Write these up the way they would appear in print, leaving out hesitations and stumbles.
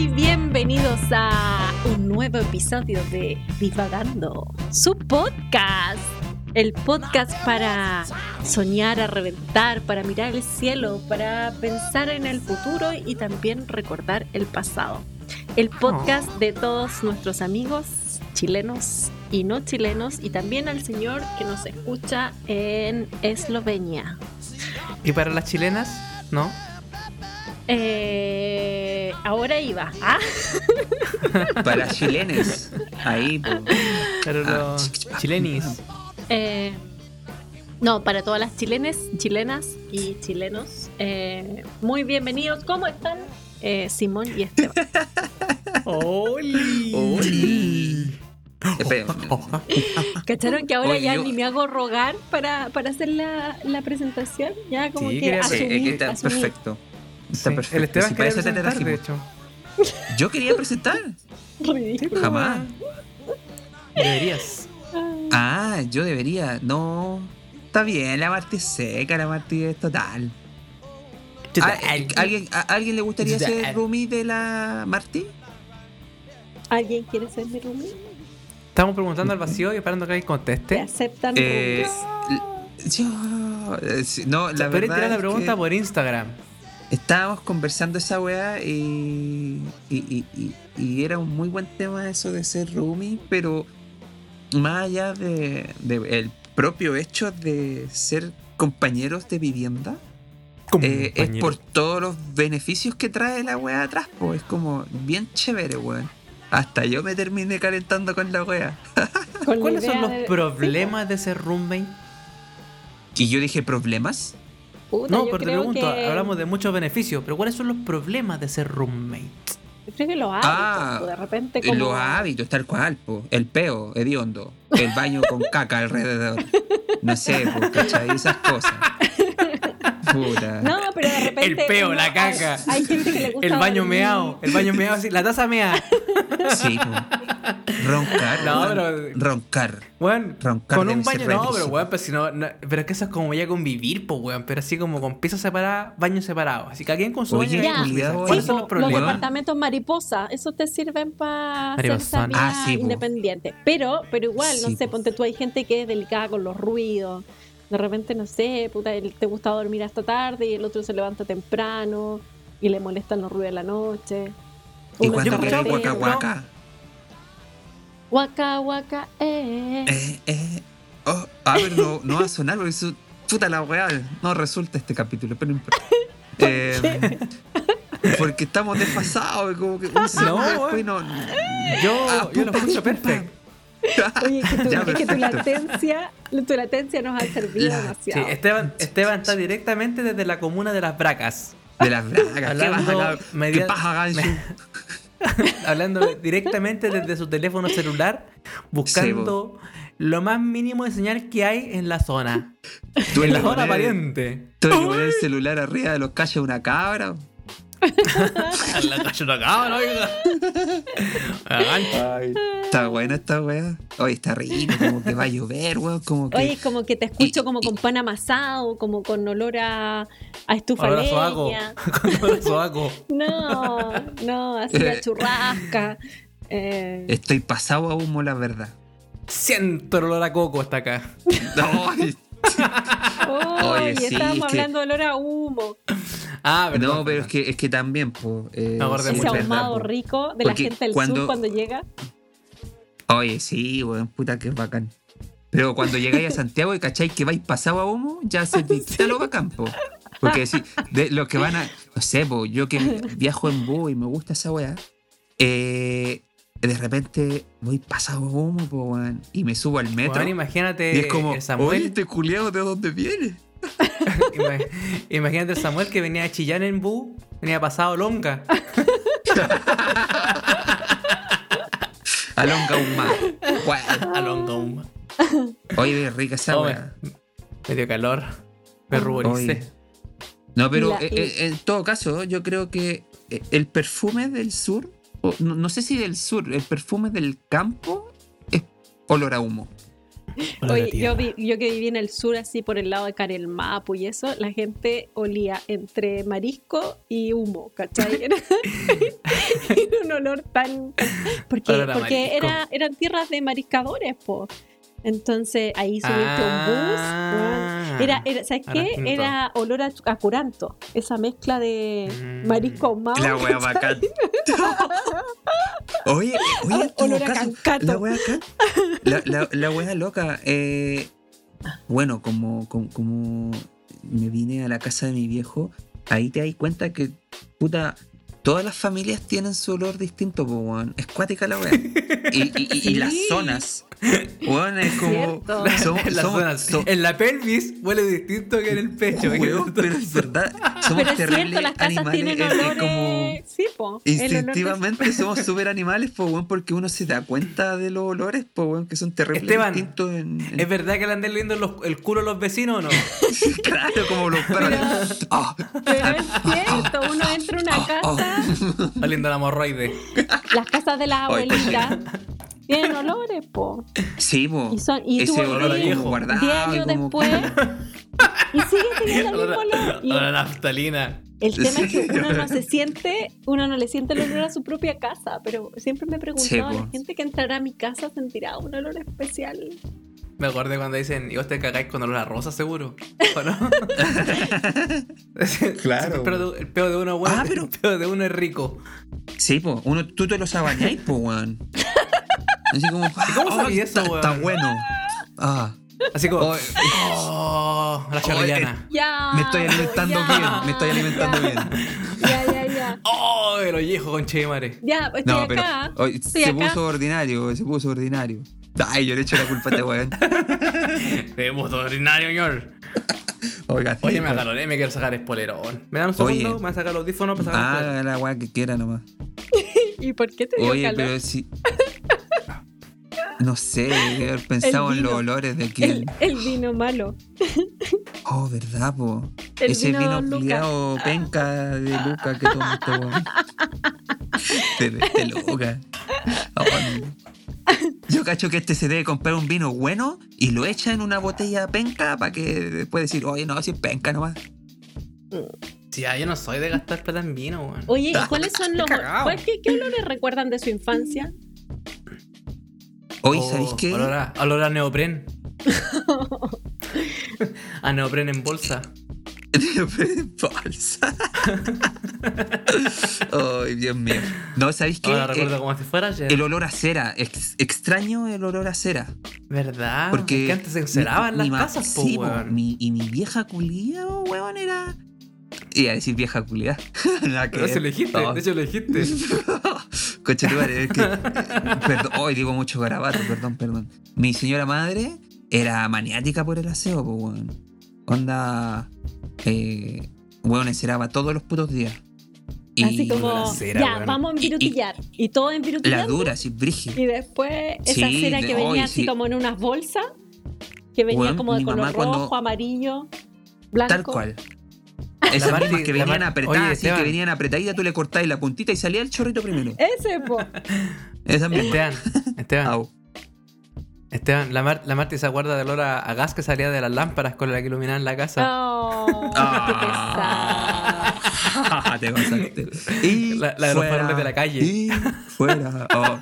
Muy bienvenidos a un nuevo episodio de Divagando, su podcast. El podcast para soñar a reventar, para mirar el cielo, para pensar en el futuro y también recordar el pasado. El podcast de todos nuestros amigos chilenos y no chilenos, y también al señor que nos escucha en Eslovenia. ¿Y para las chilenas? ¿No? Ahora iba. ¿Ah? Para chilenes. Ahí, pues. Pero los chilenis. No, para todas las chilenas y chilenos. Muy bienvenidos. ¿Cómo están? Simón y Esteban. ¡Oli! ¿Cacharon que ahora Oye, ya yo- ni me hago rogar para hacer la presentación? Ya como Sí, que quería- asumí. Está perfecto. Está Sí, perfecto. el Esteban Si para quería eso te presentar, de trajimos. hecho. Yo quería presentar. Ridículo. Jamás. Deberías. Ah, yo debería. No. Está bien, la Marti es seca, la Marti es total. ¿Alguien le gustaría ser roomie de la Marti? ¿Alguien quiere ser mi roomie? Estamos preguntando al vacío y esperando que alguien ¿Te conteste. aceptan Eh, roomies? No, la Puedes verdad tirar la es pregunta que por Instagram. estábamos conversando esa weá y era un muy buen tema eso de ser roomie, pero más allá de el propio hecho de ser compañeros de vivienda, es por todos los beneficios que trae la weá atrás, pues es como bien chévere, weón. Hasta yo me terminé calentando con la weá. Con la ¿Cuáles son idea los de- problemas de ser roommate? Y yo dije, ¿problemas? Puta, No, yo pero te creo pregunto, que- hablamos de muchos beneficios, pero ¿cuáles son los problemas de ser roommate? Yo creo que los hábitos, pues, de repente como... Los hábitos, tal cual, po. El peo hediondo, el baño con caca alrededor. No sé, po, ¿cachai? Esas cosas. Puta. No, pero de repente... El peo, uno- la caca. Hay gente que le gusta El baño dormir. meao, así, la taza mea. Sí, po. Roncar. No, weón. pero- Roncar. Weón, Roncar con un debe ser baño, no, re pero brígido. weón, si no, pero es que eso es como ya convivir, pues weón, pero así como con piezas separadas, baños separados. Así que alguien con su Oye, baño Ya, culiao, ¿cuáles sí, son po, los los problemas? departamentos mariposa, esos te sirven para hacer esa Mariposón. vida Sí, po. independiente. Pero igual, no Sí, sé, po. ponte tú, hay gente que es delicada con los ruidos. De repente, no sé, puta, te gusta dormir hasta tarde y el otro se levanta temprano y le molestan los ruidos de la noche. Y Uno cuando está querés retero. guaca guaca. Guaca, guaca, Pero no va a sonar porque eso, puta la weá, no resulta este capítulo, pero no importa. Porque estamos desfasados, como que un segundo No, después no. Yo lo escucho perfecto. Oye, que Ya, es que tu perfecto. latencia nos ha servido La- Sí, demasiado. Esteban está directamente desde la comuna de Las Bracas. De las bragas, ¿qué Hablando baja, media- ¿qué paja ganso? Hablando directamente desde su teléfono celular, buscando lo más mínimo de señal que hay en la zona. Tuve En la que zona poner- pariente. Tuve que poner el celular arriba de los calles de una cabra. En la calle una cabra, oiga. Está buena esta weá. Oye, está rico, como que va a llover, weón. Como que. Oye, como que te escucho como con pan amasado, como con olor a estufa Olor a sobaco. leña. Con olor a sobaco. No, así a churrasca. Estoy pasado a humo, la verdad. Siento el olor a coco hasta acá. Oye, Oye, sí, estábamos es que- hablando de olor a humo. Ah, perdón. no, pero es que también, pues. Me acordé Ese mucho. ahumado rico de la Porque gente del cuando- sur cuando llega. Oye, sí, weón, puta que bacán. Pero cuando llegáis a Santiago y cacháis que vais pasado a humo, ya se te quita lo bacán, po. Porque si, de los que van a. No sé, po, yo que viajo en bus y me gusta esa weá. De repente voy pasado a humo, po, weón. Y me subo al metro. Bueno, imagínate y es como, el Samuel. oye, este culiado, ¿de dónde viene? Imagínate el Samuel que venía a Chillán en bus, venía pasado longa. Alonga un más. A longa un. Oye, rica esa Oh, weá. me dio calor. Me ruboricé. Oye. No, pero La- en todo caso, yo creo que el perfume del sur, no sé si del sur, el perfume del campo es olor a humo. Olor a Oye, tierra. yo que viví en el sur, así por el lado de Carelmapu y eso, la gente olía entre marisco y humo, ¿cachai? Era un olor tan... Porque Olor a marisco. eran tierras de mariscadores, po. Entonces ahí subirte a un bus, bueno, ¿sabes ahora qué? entiendo Era olor a curanto, esa mezcla de marisco ahumado. La wea bacán. Oye, en todo Olor a caso, cancato. la wea acá. La wea loca. Bueno, como me vine a la casa de mi viejo, ahí te das cuenta que, puta, todas las familias tienen su olor distinto, po, weón. Es cuática la wea. Y las zonas. Weón, es como. Cierto. En las zonas. En la pelvis huele distinto que en el pecho. Weón, pero es verdad. Somos Pero es terribles cierto, las casas animales. tienen Es olores... como. Sí, po. el olor de- Instintivamente somos súper animales, pues, weón, porque uno se da cuenta de los olores, pues, weón, que son terribles Esteban, distintos en... ¿Es verdad que le andan lindo el culo a los vecinos o no? Claro, como los perros. Ah, Pero es cierto, uno entra a una casa, Está lindo la hemorroide. las casas de las abuelitas tienen olores, po. sí, po. Y tú Ese olor volvís como guardado. 10 y años como después y sigue teniendo el mismo olor. Y Olor a naftalina. el tema es que Sí. uno no le siente el olor a su propia casa, pero siempre me he preguntado, Sí, ¿la po. gente que entrará a mi casa sentirá un olor especial? Me acordé cuando dicen, y vos te cagáis con olor a rosa seguro. ¿O no? Claro. Pero el peo de uno es bueno, Ah, pero- el peo de uno es rico. Sí, po. Tú te los abañáis, po, weón. Así como... cómo sabías eso, weón? Está bueno. Ah. Así como, Oh, la chorrillana. Ya. me estoy alimentando ya, bien, me estoy alimentando bien. Ya. ¡Oh, el ollejo con che madre! Ya, estoy No, pero acá. oye, Estoy se acá. puso ordinario. Ay, yo le echo la culpa a este weón. ¡Qué puto ordinario, señor! Oiga, Oye, sí, me acaloré, me quiero sacar el polerón. ¿Me da un segundo? Oye. Me voy a sacar los audífonos para sacar el polerón. haga la weá que quiera nomás. ¿Y por qué te dio Oye, calor? pero si. No sé, debe haber pensado en los vino. olores de aquí. El vino malo. Oh, ¿verdad, po? El Ese vino vino Don Luca. culiao penca de Luca que toma este weón. De Luca. Oh, no. Yo cacho que este se debe comprar un vino bueno y lo echa en una botella penca para que después decir, oye, no, si es penca nomás. Sí, yo no soy de gastar plata en vino, weón. Oye, ¿y cuáles son los... Cagao. ¿Qué olores recuerdan de su infancia? Oye, ¿sabéis qué? Olor a neopren. A neopren en bolsa. Falsa. Ay, Dios mío. No, ¿sabéis qué? Ahora recuerdo como si fuera ayer. El olor a cera. Extraño el olor a cera. ¿Verdad? Porque Porque antes se enceraban las mi casas, po, sí, po, weón. y mi vieja culia, weón, era... Iba a decir vieja culia. Pero eso lo dijiste, de hecho lo dijiste. Conchetumare, es que... perdón, hoy digo mucho garabato, perdón. Mi señora madre era maniática por el aseo, pues, weón. Onda... weón, enceraba todos los putos días. Y Así como, la cera, ya, weón. vamos a envirutillar. Y todo la envirutillando. dura, así, brígida. Y después esa Sí, cera que venía oye, así sí. como en unas bolsas. Que venía Weón, como de mi color mamá rojo, cuando- amarillo, blanco. Tal cual. Esas Marti- mismas que la venían Mar- apretadas, Oye, así que Esteban. venían apretaditas, tú le cortabas la puntita y salía el chorrito primero. Ese, po. Esas mismas. Esteban, Au. la Marti se acuerda del olor a gas que salía de las lámparas con la que iluminaban la casa. Oh, Ah, te pasaste. Y La de los fuera, faroles de la calle. Y fuera. Oh.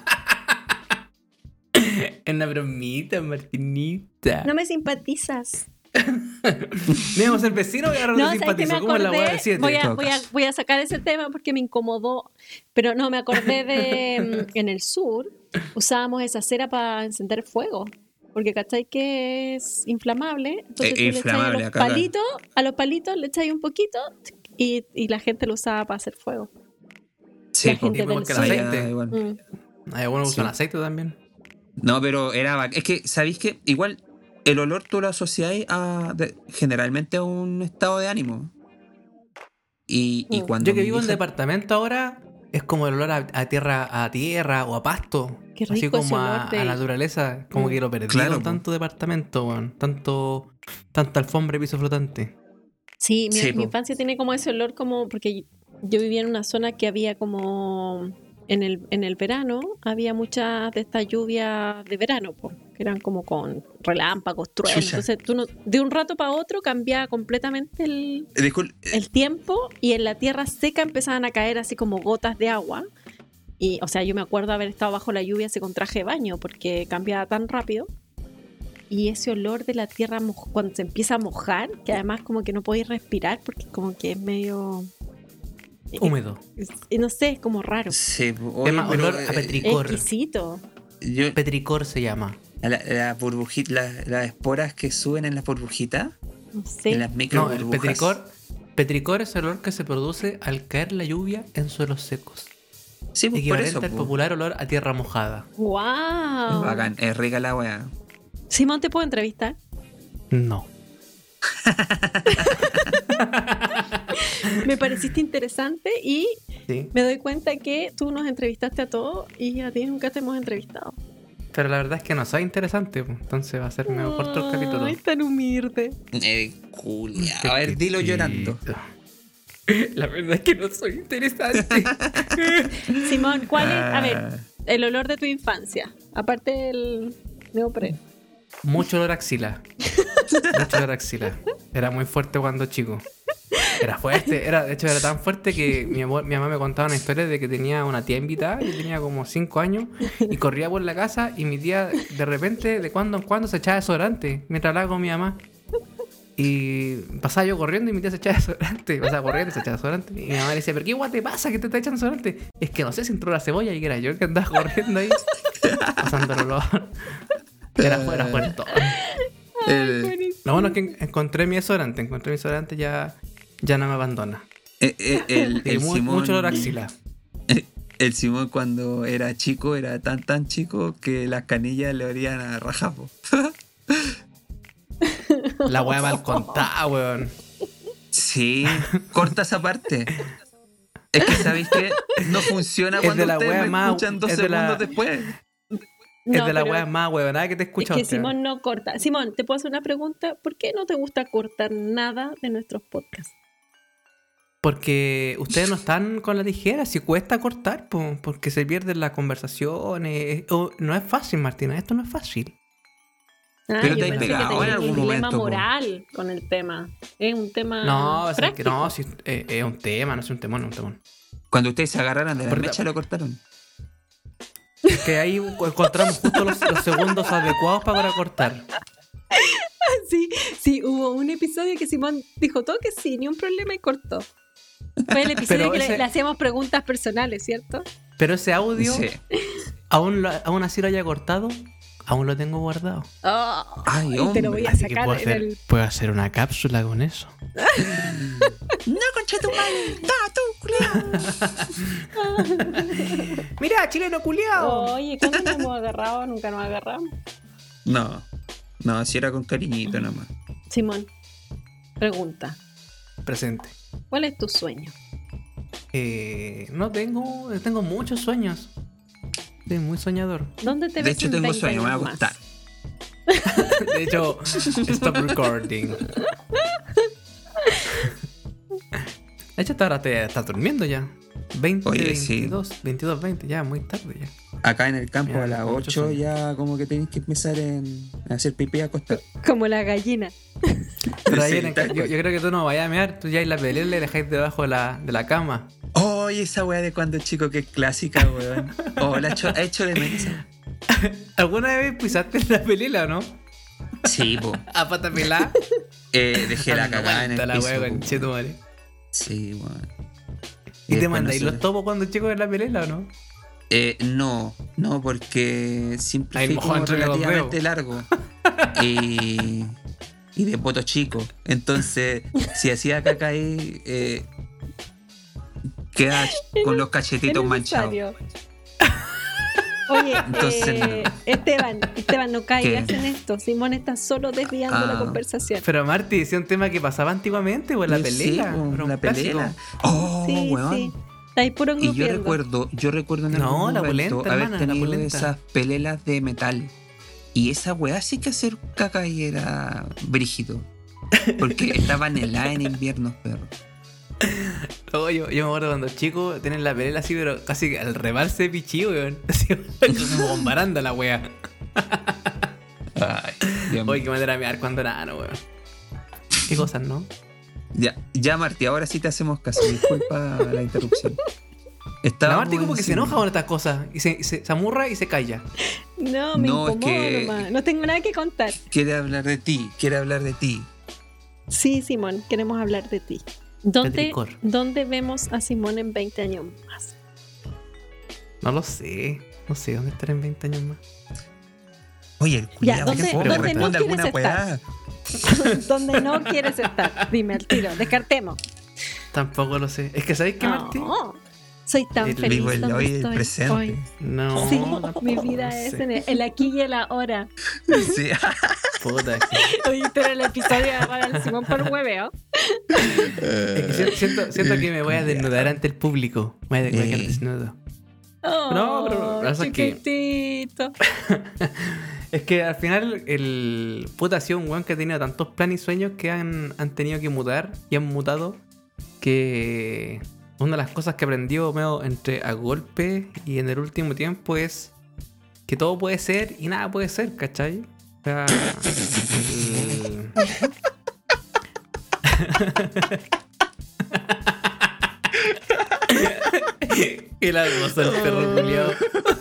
En una bromita, Martinita. qué pesado. No me simpatizas. No íbamos a ser vecinos y ahora No, no ¿sabes te qué me simpatizo. ¿Cómo es la weá de acordé? 7? Voy a sacar ese tema porque me incomodó. Pero no, me acordé de... en el sur usábamos esa cera para encender fuego. Porque ¿cachai? Que es inflamable. Entonces tú le echáis inflamable, acá. a los palitos le echáis un poquito y la gente lo usaba para hacer fuego. Sí, La gente igual del que el sur. aceite. igual. Mm. Hay algunos Sí. usan aceite también. No, pero era es que, ¿sabéis que igual el olor tú lo asociáis generalmente a un estado de ánimo? Y Mm. cuando Yo que mi vivo en vieja- departamento ahora, es como el olor a tierra o a pasto. Qué Así rico como ese a olor de- naturaleza. Como que lo perdí Claro, con po. tanto departamento, weón. Tanta alfombra y piso flotante. Sí, mi Sí, po. infancia tiene como ese olor como... Porque yo vivía en una zona que había como en el verano había muchas de estas lluvias de verano, po, que eran como con relámpagos, truenos. Chucha. Entonces tú de un rato para otro cambiaba completamente Disculpe, el tiempo y en la tierra seca empezaban a caer así como gotas de agua. Y, o sea, yo me acuerdo haber estado bajo la lluvia así con traje de baño porque cambiaba tan rápido. Y ese olor de la tierra cuando se empieza a mojar, que además como que no podéis respirar porque como que es medio... Húmedo. Y no sé, es como raro. sí, Se llama pero, olor a petricor. Exquisito. Petricor se llama. la burbujita, las esporas que suben en las burbujitas, No sé. en las micro No, el burbujas. petricor es el olor que se produce al caer la lluvia en suelos secos. Sí, pues por Equivalente eso. al Pues. popular olor a tierra mojada. ¡Wow! Bacán, es rica la weá. Simón, ¿te puedo entrevistar? No. Me pareciste interesante y Sí. me doy cuenta que tú nos entrevistaste a todos y a ti nunca te hemos entrevistado. Pero la verdad es que no soy interesante, pues, entonces va a ser medio corto el capítulo. Ay, tan humilde. Culia. A ver, dilo llorando. La verdad es que no soy interesante. Simón, ¿cuál es? A ver, el olor de tu infancia, aparte del neopreno. Mucho olor a axila. Mucho olor a axila. Era muy fuerte cuando chico. Era fuerte, de hecho era tan fuerte que mi mamá me contaba una historia de que tenía una tía invitada, yo tenía como 5 años, y corría por la casa y mi tía de repente, de cuando en cuando, se echaba desodorante mientras hablaba con mi mamá. Y pasaba yo corriendo y mi tía se echaba desodorante, pasaba corriendo, se echaba desodorante. Y mi mamá le decía, ¿pero qué guay te pasa que te está echando desodorante? Es que no sé si entró la cebolla y que era yo que andaba corriendo ahí, pasando el olor. Era fuerte. Lo bueno es que encontré mi desodorante, ya no me abandona. El Simón, Mucho olor a axila. el Simón cuando era chico era tan chico que las canillas le olían a rajapo. La weá mal contada, weón. Sí, corta esa parte. Es que sabéis que no funciona Es cuando de la ustedes wea me más- escuchan 2 es de la- segundos después. Es de la pero weá más weonada que te he es escuchado. que Simón no corta. Simón, ¿te puedo hacer una pregunta? ¿Por qué no te gusta cortar nada de nuestros podcasts? Porque ustedes no están con la tijera, si cuesta cortar, porque se pierden las conversaciones. No es fácil, Martina, esto no es fácil. Ah, Pero yo te has pensé pegado que en tenías algún un dilema momento, po. moral con el tema. Es un tema No, es que práctico. no, si, es un tema, no es un temón, es un temón. Cuando ustedes se agarraron de la Porque- mecha lo cortaron. Es que ahí encontramos justo los segundos adecuados para cortar. Sí, hubo un episodio que Simón dijo todo que sí, ni un problema y cortó. Fue el episodio Pero que ese- le hacíamos preguntas personales, ¿cierto? Pero ese audio, Sí. aún así lo haya cortado, aún lo tengo guardado. Oh, Ay, y te lo voy hombre. a Así que sacar puedo en el... hacer una cápsula con eso. No, concha tu madre. No, tú, culiao. Mira, chileno culiao. Oye, ¿cuándo nos hemos agarrado? Nunca nos agarramos. No, si era con cariñito nomás. Simón, pregunta. Presente. ¿Cuál es tu sueño? No tengo muchos sueños. Soy muy soñador. ¿Dónde te De ves hecho, en tengo 20 sueño, me va a años más? gustar. De hecho, stop recording. De hecho, hasta ahora te estás durmiendo ya. 20, Oye, sí. 22, 20, ya, muy tarde ya. Acá en el campo Ya, a las con mucho 8 sueño. ya como que tenéis que empezar a hacer pipí y acostar. Como la gallina. Pero ahí Sí, en el- tal yo cual. creo que tú no vayas a mear, tú ya en la pelea le dejáis debajo de la cama. Oye, esa weá de cuando chico que es clásica, weón. Oh, ha hecho de menos. ¿Alguna vez pisaste en la pelila o no? Sí, po. A pata pelada. Dejé la cagada en el la piso. wea, po. conchetumare. Sí, weón. ¿Y te después mandáis no sé. los topos cuando chicos en la pelila o no? No, porque siempre Ahí fui mojado como entre los relativamente largo. Y de poto chico. Entonces, si hacía caca ahí, queda con los cachetitos Es manchados. necesario. Oye, Entonces, no. Esteban, no caigas ¿Qué? en esto. Simón está solo desviando la conversación. Pero Marty, decía un tema que pasaba antiguamente, o en la Sí, pelea. po, era un la clásico. pelea. Oh, Sí, weón. sí. Está ahí puro Y yo engrupiendo. recuerdo en No, algún la momento polenta, haber hermana, la tenido polenta. esas pelelas de metal. Y esa weá sí que hacer caca y era brígido. Porque estaban heladas en invierno, perro. No, yo me acuerdo cuando chico tienen la pelea así, pero casi que al remarse pichí, weón. Así como con baranda la wea. Ay, Dios mío. Oye, qué manera de mirar cuando era no, weón. Qué cosas, ¿no? Ya, Marti, ahora sí te hacemos caso. Disculpa la interrupción. La Marti como que se diciendo- enoja con estas cosas. Y se amurra y se calla. No, me No, es incomodo que- nomás. No tengo nada que contar. Quiere hablar de ti. Sí, Simón, queremos hablar de ti. ¿Dónde, Petricor. ¿Dónde vemos a Simón en 20 años más? No lo sé. No sé dónde estará en 20 años más. Oye, el culiao, ¿dónde- ¿qué fue? dónde Responde no alguna quieres weá. ¿Dónde no quieres estar? Dime al tiro, descartemos. Tampoco lo sé. Es que ¿sabéis qué, Martín? No, soy tan El feliz vivo el donde hoy y el estoy presente. hoy. No. Sí, tampoco, mi vida no es sé. en el aquí y el ahora. Sí. Puta, es que- Oye, pero el episodio de agarrar al Simón por hueveo. es que siento que me voy a desnudar ante el público. Me voy a quedar desnudo. No, pero la verdad es que- chiquitito. Es que al final el puta ha sido un weón que ha tenido tantos planes y sueños que han tenido que mutar y han mutado, que una de las cosas que aprendió medio entre a golpe y en el último tiempo es que todo puede ser y nada puede ser, ¿cachai? O sea, el hermoso el perro culiao.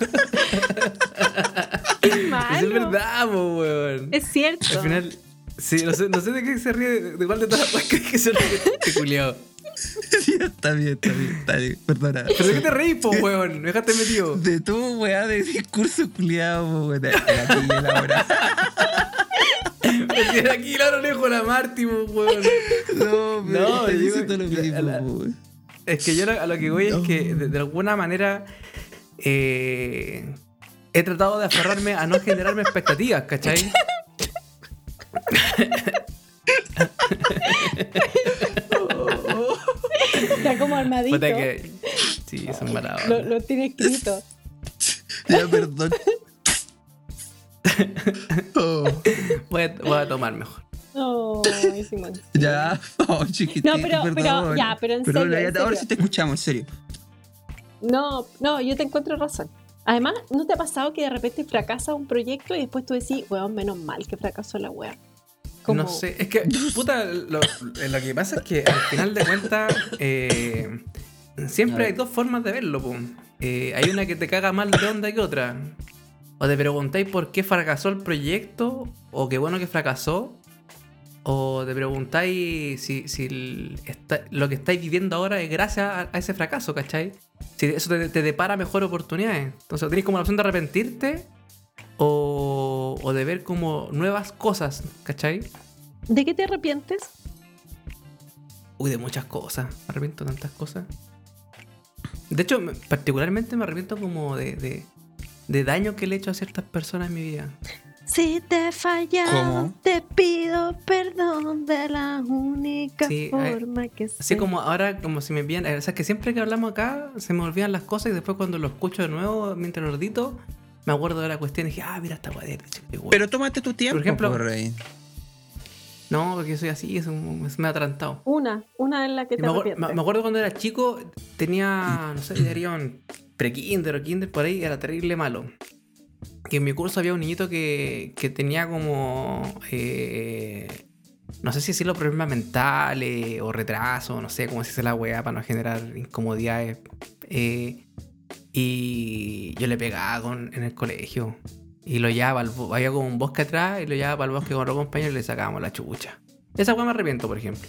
Qué Es malo. verdad, po, weón. Es cierto. Al final, sí, no sé de qué se ríe, de cuál de todas las cosas que se ríe este culiao. Sí, está bien. Perdona. ¿Pero de qué te reís, po, weón? Me dejaste metido. De tu weá de discurso culiado, weón. El aquí y el ahora. Me tiene aquí la lejos la Marty, po, weón. No, No, estoy digo, diciendo lo mismo, la- weón. Es que yo a lo que voy es que de alguna manera he tratado de aferrarme a no generarme expectativas, ¿cachai? Está como armadito. Puta que... Sí, son malas. Lo tiene escrito. Ya, perdón. Oh, Voy a tomar mejor. Ay, Simón. ya, oh, chiquitito, No, pero perdón. ya, pero en Perdón, serio, ya, en ahora serio. sí te escuchamos, en serio. No, yo te encuentro razón. Además, ¿no te ha pasado que de repente fracasa un proyecto y después tú decís, weón, menos mal que fracasó la wea? Como- No sé, es que, puta, lo que pasa es que al final de cuentas siempre hay dos formas de verlo, po. Hay una que te caga más de onda que otra. O te preguntáis por qué fracasó el proyecto, o qué bueno que fracasó, o te preguntáis si lo que estáis viviendo ahora es gracias a ese fracaso, ¿cachai? Si eso te depara mejores oportunidades. Entonces tenéis como la opción de arrepentirte o de ver como nuevas cosas, ¿cachai? ¿De qué te arrepientes? Uy, de muchas cosas. Me arrepiento de tantas cosas. De hecho, particularmente me arrepiento como de daño que le he hecho a ciertas personas en mi vida. Si te he fallado, ¿Cómo? te pido perdón de la única Sí, forma que sé. Así como ahora, como si me envían... O sea, que siempre que hablamos acá, se me olvidan las cosas y después cuando lo escucho de nuevo, mientras lo edito, me acuerdo de la cuestión y dije, mira esta guay. Pero tómate tu tiempo, Por ejemplo- rey. No, porque soy así, es me ha atrantado. Una en la que te Me arrepientes. acuerdo cuando era chico, tenía, no sé, diría un pre-kinder o kinder por ahí, era terrible malo. Que en mi curso había un niñito que tenía como, no sé si decirlo, problemas mentales o retraso, no sé cómo se dice la weá para no generar incomodidades. Y yo le pegaba en el colegio. Y lo llevaba, había como un bosque atrás y lo llevaba para el bosque con otro compañero y le sacábamos la chucha. Esa weá me arrepiento, por ejemplo.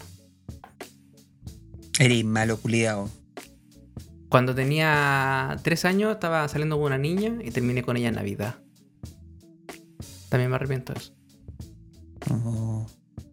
Eres malo, culiao. Cuando tenía 3 años estaba saliendo con una niña y terminé con ella en Navidad. También me arrepiento de eso. Oh.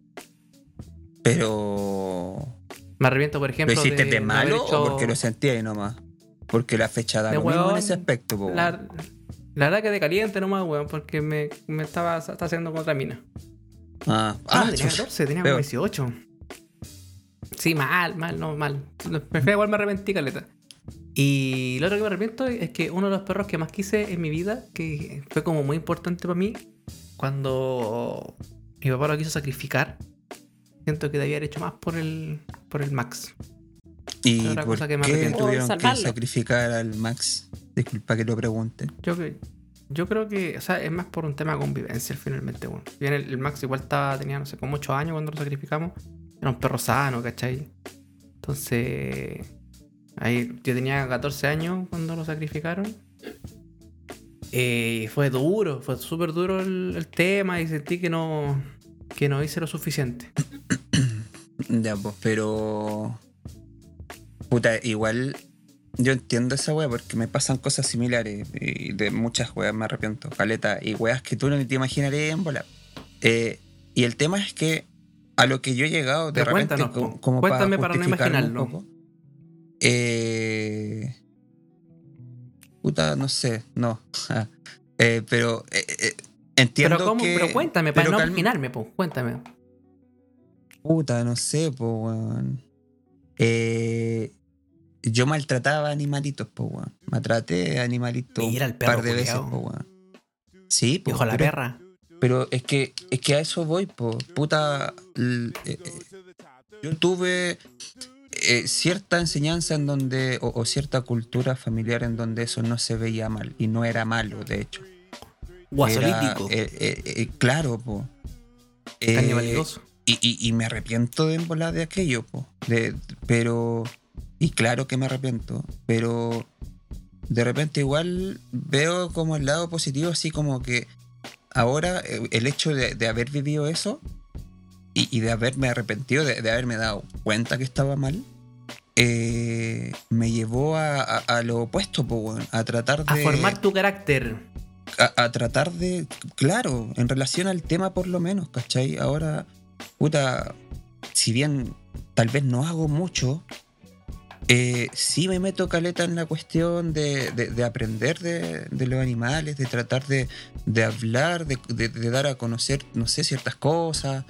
Pero... Me arrepiento, por ¿Lo ejemplo, hiciste de no haber malo hecho- o porque lo sentías ahí nomás? Porque la fecha da De lo mismo en huevón, ese aspecto, po. La verdad que de caliente nomás, weón, porque me estaba haciendo con otra mina. Tenía chucha. 14, tenía Peor. como 18. Sí, mal. Igual me arrepentí, caleta. Y lo otro que me arrepiento es que uno de los perros que más quise en mi vida, que fue como muy importante para mí, cuando mi papá lo quiso sacrificar, siento que debía haber hecho más por el Max. ¿Y Otra por cosa que me qué arrepiento. tuvieron que salvarlo. sacrificar al Max? Disculpa que lo pregunte. Yo creo que, o sea, es más por un tema de convivencia finalmente, bueno. Bien, el Max igual tenía, no sé, como 8 años cuando lo sacrificamos. Era un perro sano, ¿cachai? Entonces, ahí yo tenía 14 años cuando lo sacrificaron. Fue duro, fue súper duro el tema y sentí que no hice lo suficiente. Ya, pues, pero... Puta, igual yo entiendo esa wea porque me pasan cosas similares y de muchas weas me arrepiento, caleta, y weas que tú no te imaginarías en volar. Y el tema es que a lo que yo he llegado de Pero repente cuéntanos, como cuéntame para no justificarme un imaginarlo. poco, puta, no sé, no. Pero entiendo Pero cómo, que... pero cuéntame, para pero no calma. imaginarme, pues, cuéntame. Puta, no sé, pues, weón. Yo maltrataba animalitos, pues, weón. Maltraté animalitos Mira el un perro par de veces, culiao. pues, weón. Sí, pues, Hijo de la perra. pero es que a eso voy, pues. Puta, yo tuve cierta enseñanza en donde, o cierta cultura familiar en donde eso no se veía mal, y no era malo, de hecho. Guasolítico. Claro, pues. Canibalidoso. Y me arrepiento de volar de aquello, po. Pero... Y claro que me arrepiento, pero de repente igual veo como el lado positivo, así como que ahora el hecho de haber vivido eso y de haberme arrepentido, de haberme dado cuenta que estaba mal, me llevó a lo opuesto, po, weón, a tratar de... A formar tu carácter. A tratar de... Claro, en relación al tema por lo menos, ¿cachai? Ahora, puta, si bien tal vez no hago mucho, sí me meto caleta en la cuestión de aprender de los animales, de tratar de hablar, de dar a conocer, no sé, ciertas cosas,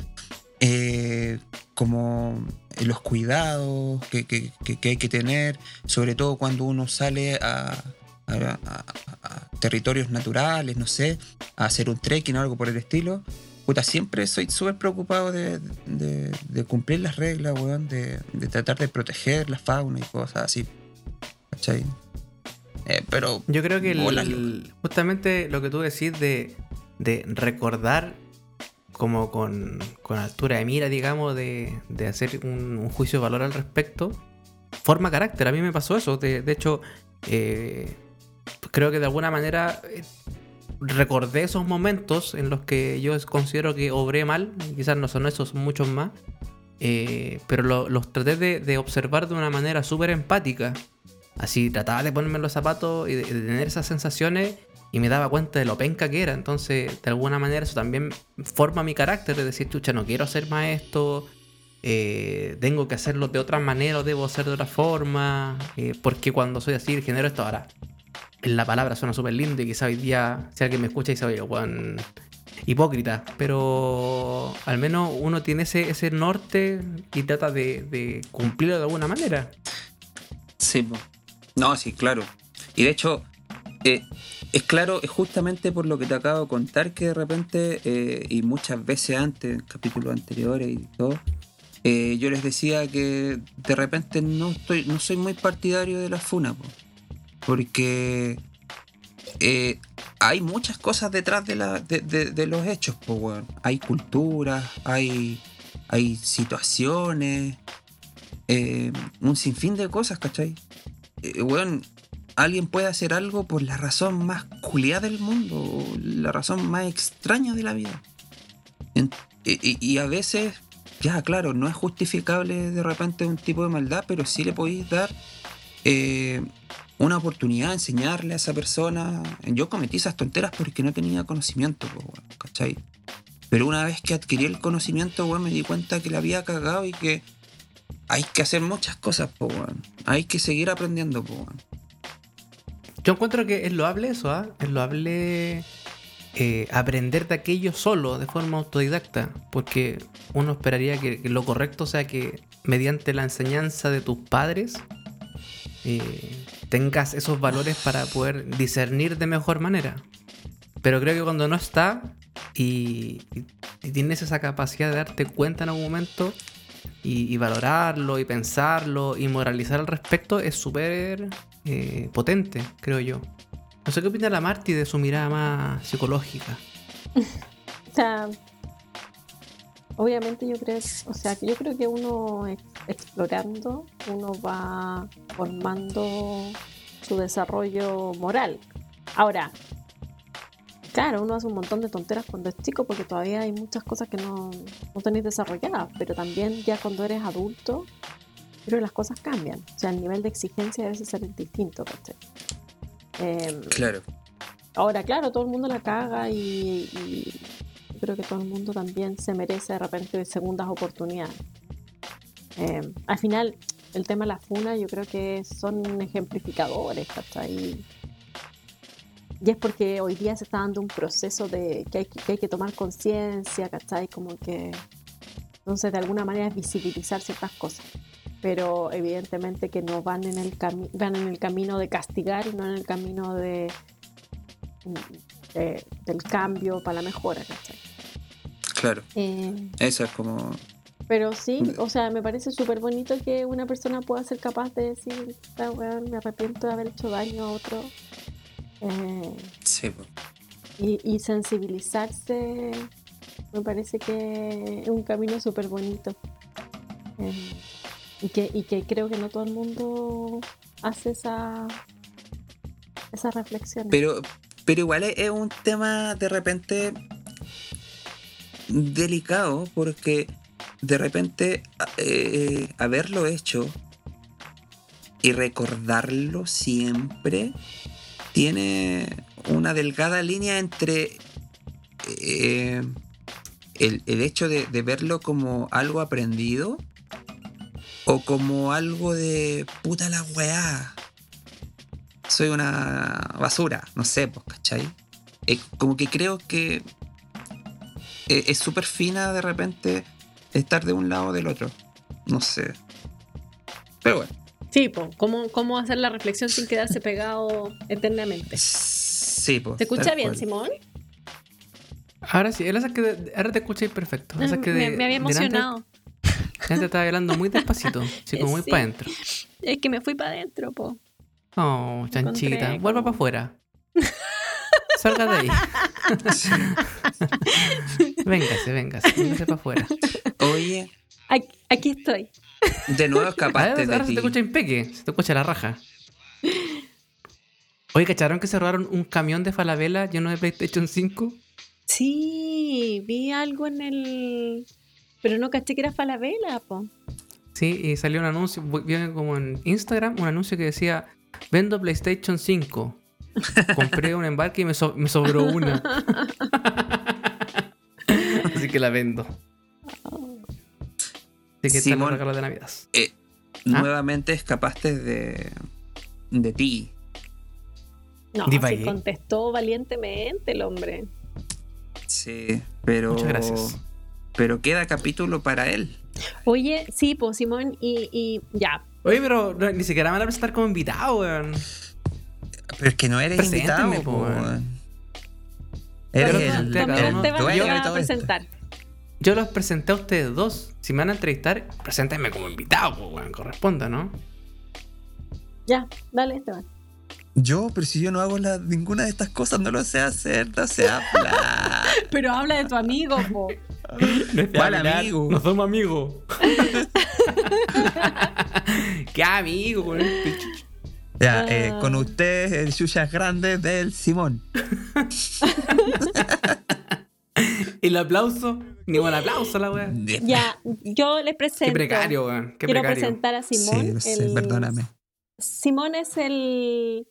como los cuidados que hay que tener, sobre todo cuando uno sale a territorios naturales, no sé, a hacer un trekking o algo por el estilo. Puta, siempre soy súper preocupado de cumplir las reglas, weón, de tratar de proteger la fauna y cosas así. ¿Cachai? Pero... Yo creo que bola, justamente lo que tú decís de recordar como con altura de mira, digamos, de hacer un juicio de valor al respecto, forma carácter. A mí me pasó eso. De hecho, creo que de alguna manera... recordé esos momentos en los que yo considero que obré mal, quizás no son esos, son muchos más, pero los traté de observar de una manera súper empática. Así trataba de ponerme en los zapatos y de tener esas sensaciones y me daba cuenta de lo penca que era. Entonces, de alguna manera eso también forma mi carácter, de decir, chucha, no quiero hacer más esto, tengo que hacerlo de otra manera o debo hacer de otra forma, porque cuando soy así genero esto ahora. La palabra suena súper linda y quizá hoy día, si alguien me escucha y dice, oye, weón, hipócrita, pero al menos uno tiene ese norte y trata de cumplirlo de alguna manera. Sí, po. No, sí, claro. Y de hecho, es claro, es justamente por lo que te acabo de contar que de repente, y muchas veces antes, en capítulos anteriores y todo, yo les decía que de repente no soy muy partidario de la funa, po. Porque hay muchas cosas detrás de los hechos, pues, weón. Hay culturas, hay situaciones, un sinfín de cosas, ¿cachai? Weón, alguien puede hacer algo por la razón más culiada del mundo, o la razón más extraña de la vida. Y a veces, ya, claro, no es justificable de repente un tipo de maldad, pero sí le podéis dar... una oportunidad, enseñarle a esa persona. Yo cometí esas tonteras porque no tenía conocimiento, ¿cachai? Pero una vez que adquirí el conocimiento, me di cuenta que la había cagado y que hay que hacer muchas cosas, hay que seguir aprendiendo. Yo encuentro que es loable eso, es loable aprender de aquello solo, de forma autodidacta, porque uno esperaría que lo correcto sea que mediante la enseñanza de tus padres tengas esos valores para poder discernir de mejor manera. Pero creo que cuando no está y tienes esa capacidad de darte cuenta en algún momento, y valorarlo y pensarlo y moralizar al respecto es súper potente, creo yo. No sé qué opina la Marty de su mirada más psicológica. O sea, obviamente yo creo que uno explorando, uno va formando su desarrollo moral. Ahora, claro, uno hace un montón de tonteras cuando es chico porque todavía hay muchas cosas que no tenéis desarrolladas, pero también ya cuando eres adulto, creo que las cosas cambian. O sea, el nivel de exigencia debe ser distinto, ¿cachai? Claro. Ahora, claro, todo el mundo la caga y creo que todo el mundo también se merece de repente segundas oportunidades. Al final, el tema de la funa yo creo que son ejemplificadores, ¿cachai? Y es porque hoy día se está dando un proceso de que hay que tomar conciencia, ¿cachai? Como que entonces de alguna manera es visibilizar ciertas cosas. Pero evidentemente que no van en el camino de castigar y no en el camino del cambio para la mejora, ¿cachai? Claro. Eso es como... Pero sí, o sea, me parece súper bonito que una persona pueda ser capaz de decir, weón, me arrepiento de haber hecho daño a otro. Sí, pues. Y sensibilizarse me parece que es un camino súper bonito. Y que creo que no todo el mundo hace esa reflexión. Pero igual es un tema de repente delicado, porque de repente haberlo hecho y recordarlo siempre tiene una delgada línea entre el hecho de verlo como algo aprendido o como algo de puta la weá, soy una basura, no sé, pues, ¿cachai? Como que creo que es súper fina de repente estar de un lado o del otro, no sé, pero bueno. Sí, pues, ¿cómo hacer la reflexión sin quedarse pegado eternamente? Sí, pues. ¿Te escucha bien, Simón? Ahora sí, ahora te escuché perfecto. Me había emocionado. Antes estaba hablando muy despacito, así como muy Sí. para adentro. Es que me fui para adentro, po. Oh, chanchita, Encontré vuelva como- para afuera. Salga de ahí. Véngase para afuera. Oye, Aquí estoy. de nuevo escapaste de Ahora se ti. te escucha impeque, se te escucha la raja. Oye, ¿cacharon que se robaron un camión de Falabella lleno de PlayStation 5? Sí, vi algo en el... Pero no caché que era Falabella, po. Sí, y salió un anuncio, vi como en Instagram, un anuncio que decía: vendo PlayStation 5. Compré un embarque y me sobró una. Así que la vendo. Así que están los Simón, regalos de Navidad. nuevamente escapaste de ti. No, Divagué. sí contestó valientemente el hombre. Sí, pero... Muchas gracias. Pero queda capítulo para él. Oye, sí, po, Simón, y ya. Oye, pero ni siquiera me van a presentar como invitado, weón. Pero es que no eres Preséntenme, invitado, po, po, weón. weón. Eres Pero el tú, También uno, te van dueño de a todo esto. presentar. Yo los presenté a ustedes dos. Si me van a entrevistar, preséntenme como invitado, pues, weón. Corresponda, ¿no? Ya, dale, Esteban. Yo, pero si yo no hago ninguna de estas cosas, no lo sé hacer, no sé hablar. Pero habla de tu amigo, po. No es ¿Cuál amigo? No somos amigos. ¿Qué amigo con este chucho? Ya, con ustedes, el Yuyas Grande del Simón. Y el aplauso, ni buen aplauso la weá. Ya, yo les presento. Qué precario, weón. Qué Quiero precario. presentar a Simón. Sí, lo sé, perdóname. Simón es el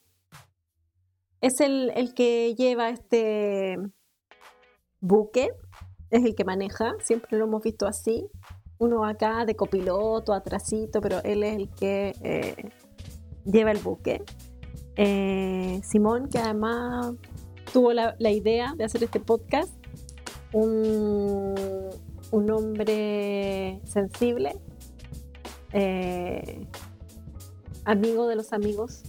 que lleva este buque, es el que maneja, siempre lo hemos visto así. Uno acá de copiloto, atrasito, pero él es el que lleva el buque. Simón, que además tuvo la idea de hacer este podcast, un hombre sensible, amigo de los amigos.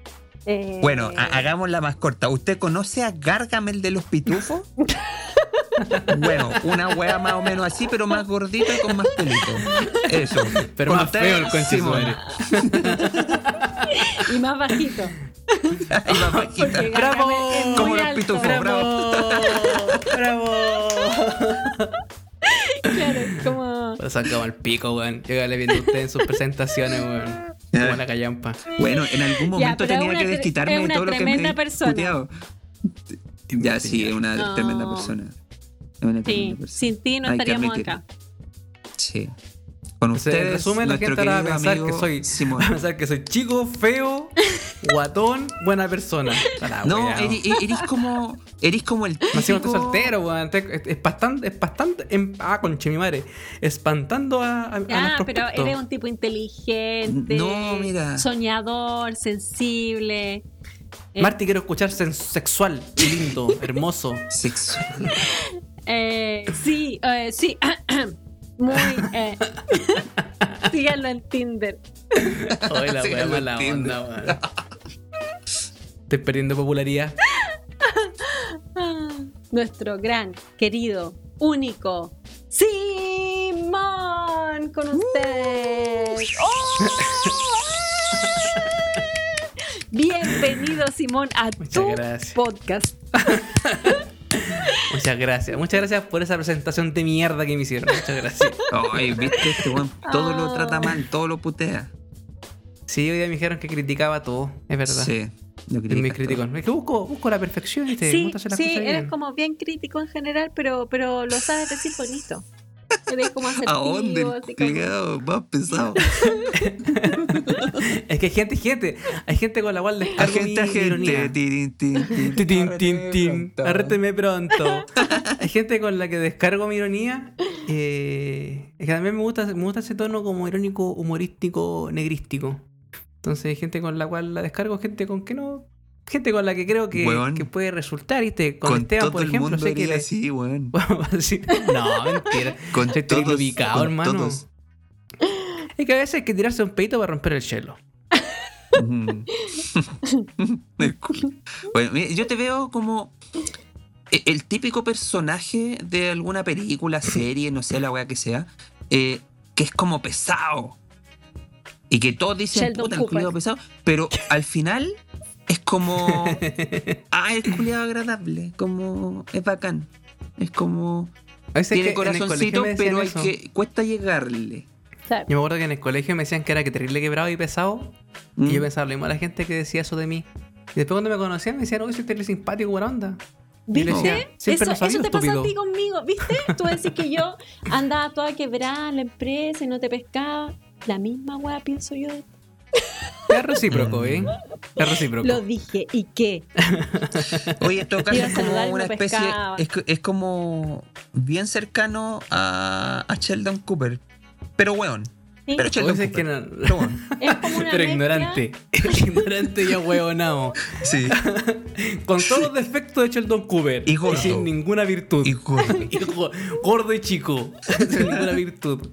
Bueno, hagámosla más corta. ¿Usted conoce a Gargamel de los Pitufos? Bueno, una wea más o menos así, pero más gordita y con más pelito. Eso. Pero Con más ustedes, feo el conche su Simón. madre. Y más bajito. Y más bajita. Porque ¡Bravo! Gargamel es muy Como los alto. pitufos. ¡Bravo! Claro, como... Lo sacamos al pico, weón. Yo le viendo a ustedes en sus presentaciones, weón. Como la callampa. Bueno, en algún momento pero tenía una que tre- desquitarme es de una todo lo que me tremenda he persona. puteado. Ya, sí, es una No. tremenda persona. Es una Sí, tremenda persona. sin ti no Hay que estaríamos admitirlo. acá. Sí. Con O sea, ustedes, en resumen, la nuestro gente ahora va a querido pensar que amigo soy Simón. va a pensar que soy chico, feo, guatón, buena persona. A la No, wea, eres como el Más encima estoy típico... soltero, weón. Espantando. Conche mi madre. Espantando a nuestros Pero pactos. eres un tipo inteligente. No, mira. Soñador, sensible. Marty, quiero escuchar sexual, lindo, hermoso. Sexual. Sí. Muy. Síganlo en Tinder. Ay, la Sí, wea lo mala entiendo. onda, weón. Estoy perdiendo popularidad. Nuestro gran, querido, único Simón con ustedes. ¡Oh! Bienvenido, Simón, a Muchas tu gracias. podcast. Muchas gracias. Muchas gracias por esa presentación de mierda que me hicieron. Muchas gracias. Ay, viste, este weón todo lo trata mal, todo lo putea. Sí, hoy día me dijeron que criticaba todo. Es verdad. Sí, lo Es muy criticas crítico. todo. Es que busco la perfección, ¿viste? Me Sí, gusta hacer las sí, cosas eres bien. como bien crítico en general, pero lo sabes decir bonito. Eres como ¿A asertivo, dónde? así como... Cuidado, más pesado. Es que hay gente. Hay gente con la cual descargo mi ironía. Tin, tin, tin, Tin, tin, tin. pronto. Arréteme pronto. Hay gente con la que descargo mi ironía. Es que también me gusta ese tono como irónico, humorístico, negrístico. Entonces hay gente con la cual la descargo, gente con que no. Gente con la que creo que Weón. puede resultar, ¿viste? Con Con Esteban, todo por el ejemplo, mundo sé que eres le. así, weón. No, mentira. Con Estoy todos, triple ubicado, con hermano. todos. Es que a veces hay que tirarse un pedito para romper el hielo. Ujú. Bueno, mira, yo te veo como el típico personaje de alguna película, serie, no sé, la weá que sea, que es como pesado. Y que todos dicen, Sheldon puta, el Cooper. culiado pesado. Pero al final es como... el culiado agradable. Como... Es bacán. Es como... A veces Tiene que en el colegio corazoncito, me decían pero eso. cuesta llegarle. Claro. Yo me acuerdo que en el colegio me decían que era que terrible quebrado y pesado. ¿Mm? Y yo pensaba lo mismo a la gente que decía eso de mí. Y después cuando me conocían me decían, oye, soy terrible simpático, buena onda. Y yo le ¿Viste? decía, siempre lo Eso sabía, te pasa a estúpido. ti conmigo, ¿viste? Tú decís que yo andaba toda quebrada en la empresa y no te pescaba. La misma weá pienso yo. Es recíproco, ¿eh? Es recíproco. Lo dije. ¿Y qué? Oye, en todo caso Iba a es saludar como y una no especie... pescaba. Es como bien cercano a Sheldon Cooper. Pero weón. ¿Sí? Pero O Sheldon sea, es que Cooper. no- Pero weón. Es como una Pero mezcla. ignorante. Ignorante y ahueonado. Sí. Con todos los defectos de Sheldon Cooper. Y gordo. sin ninguna virtud. Y gordo. Y gordo y chico. Sin ninguna virtud.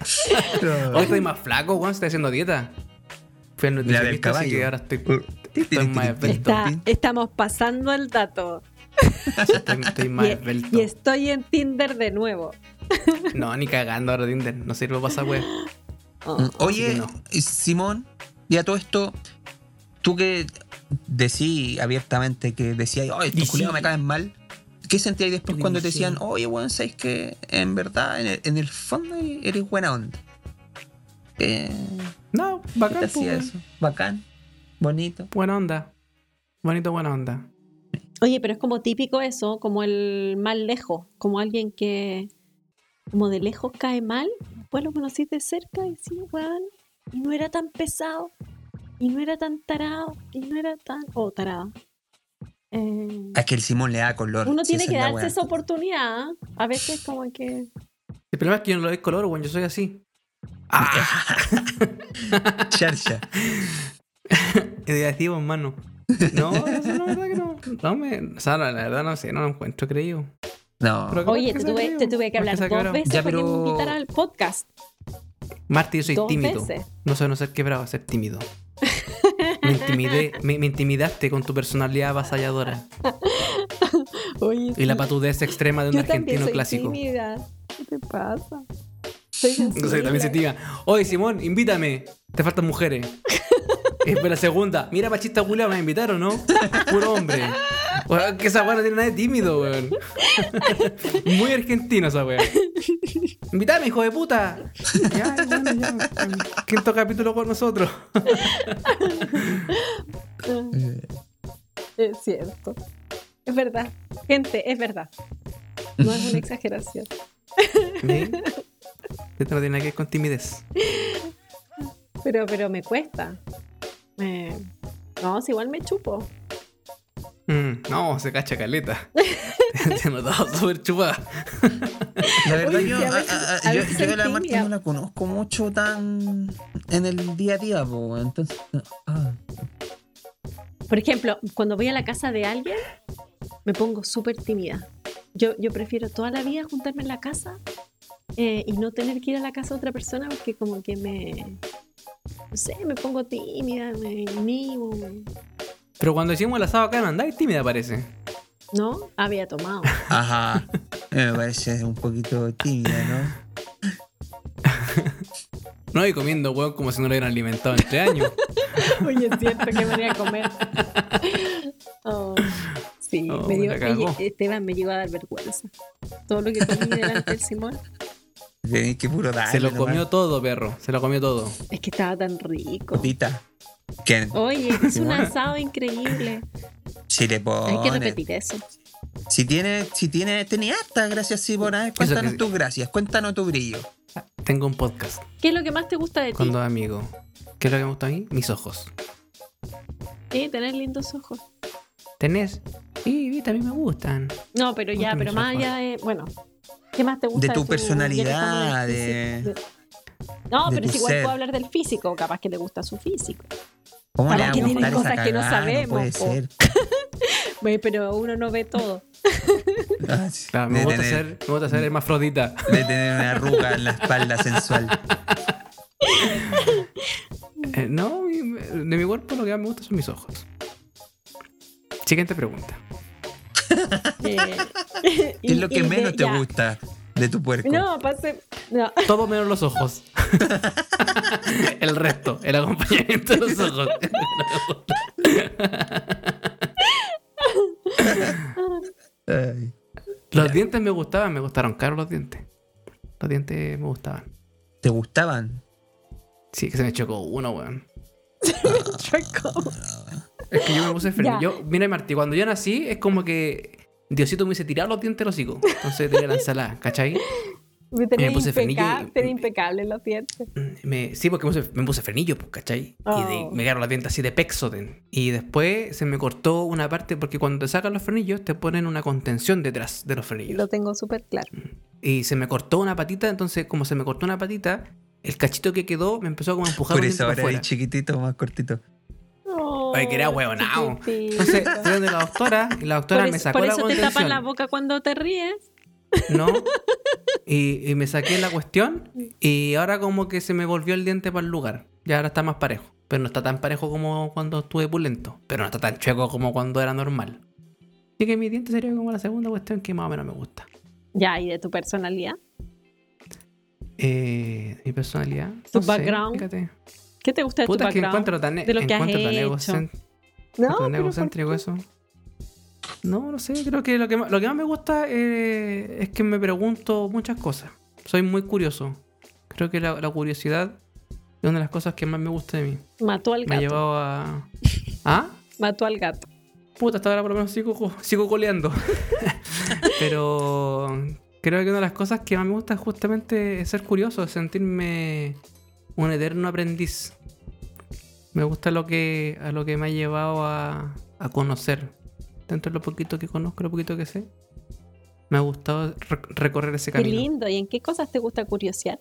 Hoy estoy más flaco, Juan, estoy haciendo dieta. Fui al La del nutricionista, así caballo. que ahora estoy más esbelto. Estamos pasando el dato. Estoy más esbelto. Y estoy en Tinder de nuevo. No, ni cagando ahora Tinder. No sirve para pasar, web. Oh. Oye, Así que Simón, ya todo esto, tú que decís abiertamente que decías, oye, estos Decí. culiados me caen mal, ¿qué sentías después Tú cuando te decí. decían, oye, weón, sabes que en verdad, en el fondo eres buena onda? ¿Qué No, te bacán, pues, hacía weón. eso? Bacán, bonito. Buena onda. Bonito, buena onda. Oye, pero es como típico eso, como el mal lejos, como alguien que como de lejos cae mal, después lo conocís de cerca y sí, weón, y no era tan pesado, y no era tan tarado, y no era tan... tarado. Es que el Simón le da color. Uno sí, tiene esa que es la darse weá. esa oportunidad, ¿eh? A veces como que... El problema es que yo no le doy color, weón. Yo soy así. Charcha. Ideativo, hermano. No, eso no, la verdad que no. O sea, la verdad no sé, no lo encuentro creído. No. Pero- ¿Cómo Oye, es que te se tuve, creyó? te tuve que ¿Cómo es hablar que se dos quebró? veces Ya, para que me pero- invitara al podcast. Marty, yo soy Dos tímido. veces. No sé no ser quebrado, ser tímido. Me intimidaste con tu personalidad avasalladora. Oye, Y la patudez extrema de un yo también argentino soy clásico. tímida. ¿Qué te pasa? Soy No sé, sensible. también se diga, oye Simón, invítame, te faltan mujeres. Pero la segunda, mira machista culiao, ¿me invitaron, no? Puro hombre. Weón, que esa weá no tiene nada de tímido, weón. Muy argentino esa weá. Invítame, hijo de puta. Ya, bueno, ya. Quinto capítulo con nosotros. Es cierto. Es verdad. Gente, es verdad. No es una exageración. ¿Sí? Esto no tiene nada que ver con timidez. Pero me cuesta. No, si igual me chupo. No, se cacha caleta. Se ha notado súper chupada. La verdad, Oye, sí, a veces soy yo a la Marta tímida. no la conozco mucho tan en el día a día, po, entonces. Por ejemplo, cuando voy a la casa de alguien, me pongo súper tímida. Yo prefiero toda la vida juntarme en la casa y no tener que ir a la casa de otra persona porque como que no sé, me pongo tímida, me inhibo. Pero cuando hicimos el asado acá no andáis tímida, parece. ¿No? Había tomado. Ajá. Me parece un poquito tímida, ¿no? No, y comiendo hueón como si no lo hubieran alimentado en 3 años. Oye, es cierto que venía a comer. Oh, sí, Oh, la cagó. Esteban me llegó a dar vergüenza. Todo lo que comí delante del Simón. Tenéis que puro darle Se lo nomás. comió todo, perro. Se lo comió todo. Es que estaba tan rico. Copita. Que Oye, es un asado increíble. si le Hay que pone. repetir eso. Tenía harta, gracias, Simón. A ver, cuéntanos que- tus gracias, cuéntanos tu brillo. Tengo un podcast ¿Qué es lo que más te gusta de ti? con 2 amigos. ¿Qué es lo que me gusta a mí? Mis ojos. Sí, tener lindos ojos. ¿Tenés? Sí, también me gustan. No, pero ya, Gustan pero mis más ojos. allá de. Bueno, ¿qué más te gusta De tu ya personalidad, que estamos en físico? No, de pero tu es igual ser. puedo hablar del físico. Capaz que le gusta su físico. ¿Cómo Para le va a que tienen gustar esa cosas que no cagada? sabemos, No puede po. ser. Bueno, pero uno no ve todo. Ah, sí. Claro, De me gusta tener- ser hermafrodita. de tener una arruga en la espalda sensual. No, de mi cuerpo lo que más me gusta son mis ojos. Siguiente pregunta. Eh, ¿Qué es lo que y menos te ya. gusta de tu puerco? No, pase. No. Todo menos los ojos. El resto, el acompañamiento de los ojos. Ay. Los dientes me gustaron caros los dientes. Los dientes me gustaban. ¿Te gustaban? Sí, que se me chocó uno, weón. Chueco. Es que yo me puse feliz. Ya. Mira, Martí, cuando yo nací, es como que Diosito me hubiese tirado los dientes los hocico. Entonces tenía la ensalada, ¿cachai? Tenía puse frenillo y- tenía impecables los dientes. Sí, porque me puse frenillo, pues, ¿cachai? Oh. Y me quedaron los dientes así de Pexoden. Y después se me cortó una parte, porque cuando te sacan los frenillos, te ponen una contención detrás de los frenillos. Lo tengo súper claro. Y se me cortó una patita, entonces, como se me cortó una patita, el cachito que quedó me empezó como a empujar Por los eso dientes para ahora ahí afuera. chiquitito, más cortito. Ay, que era huevonao. Chiquitito. Entonces, fui donde la doctora, y la doctora me sacó por la eso te tapas contención. la boca cuando te ríes. ¿No? Y me saqué la cuestión y ahora como que se me volvió el diente para el lugar. Ya ahora está más parejo. Pero no está tan parejo como cuando estuve pulento. Pero no está tan chueco como cuando era normal. Así que mi diente sería como la segunda cuestión que más o menos me gusta. Ya, ¿y de tu personalidad? Mi personalidad. Tu no sé, background. fíjate. ¿Qué te gusta de Puta, tu que background? encuentro tan, de lo que has encuentro tan hecho. encuentro tan pero egocéntrico ¿por qué? eso. No sé, creo que lo que más me gusta es que me pregunto muchas cosas. Soy muy curioso. Creo que la curiosidad es una de las cosas que más me gusta de mí. Mató al Me ha gato. llevado a... ¿Ah? Mató al gato. Puta, hasta ahora por lo menos sigo coleando. Pero creo que una de las cosas que más me gusta es justamente ser curioso, sentirme un eterno aprendiz. Me gusta a lo que me ha llevado a conocer. Dentro de lo poquito que conozco, lo poquito que sé, me ha gustado recorrer ese Qué camino. lindo. ¿Y en qué cosas te gusta curiosear?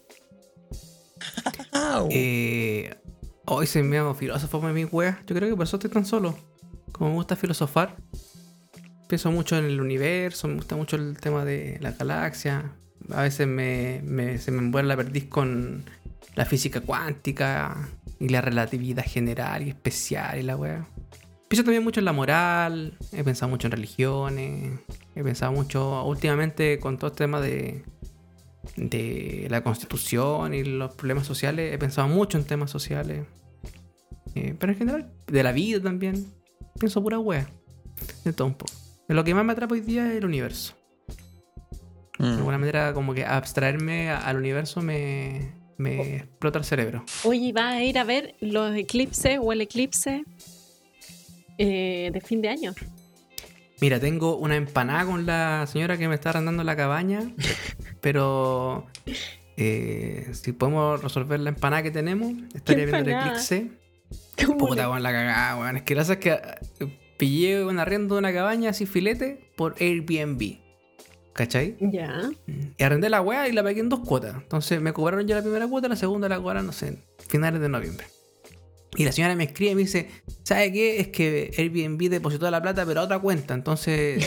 Au. Hoy soy medio filósofo de mi wea. Yo creo que por eso estoy tan solo. Como me gusta filosofar, pienso mucho en el universo, me gusta mucho el tema de la galaxia. A veces se me envuelve la perdiz con la física cuántica y la relatividad general y especial y la wea. Pienso también mucho en la moral, he pensado mucho en religiones, he pensado mucho últimamente con todo el tema de la constitución y los problemas sociales, he pensado mucho en temas sociales. Pero en general, de la vida también, pienso pura wea, de todo un poco. Lo que más me atrapa hoy día es el universo. De alguna manera, como que abstraerme al universo me explota el cerebro. Oye, ¿vas a ir a ver los eclipses o el eclipse de fin de año? Mira, tengo una empanada con la señora que me está arrendando la cabaña, pero si podemos resolver la empanada que tenemos, estaría viendo el eclipse. Puta, con la cagada, weón. Es que la verdad es que pillé un arriendo de una cabaña así filete por Airbnb. ¿Cachai? Ya. Y arrendé la weá y la pagué en 2 cuotas. Entonces me cobraron ya la primera cuota, la segunda la cobraron, no sé, finales de noviembre. Y la señora me escribe y me dice, ¿sabe qué? Es que Airbnb depositó la plata pero a otra cuenta. Entonces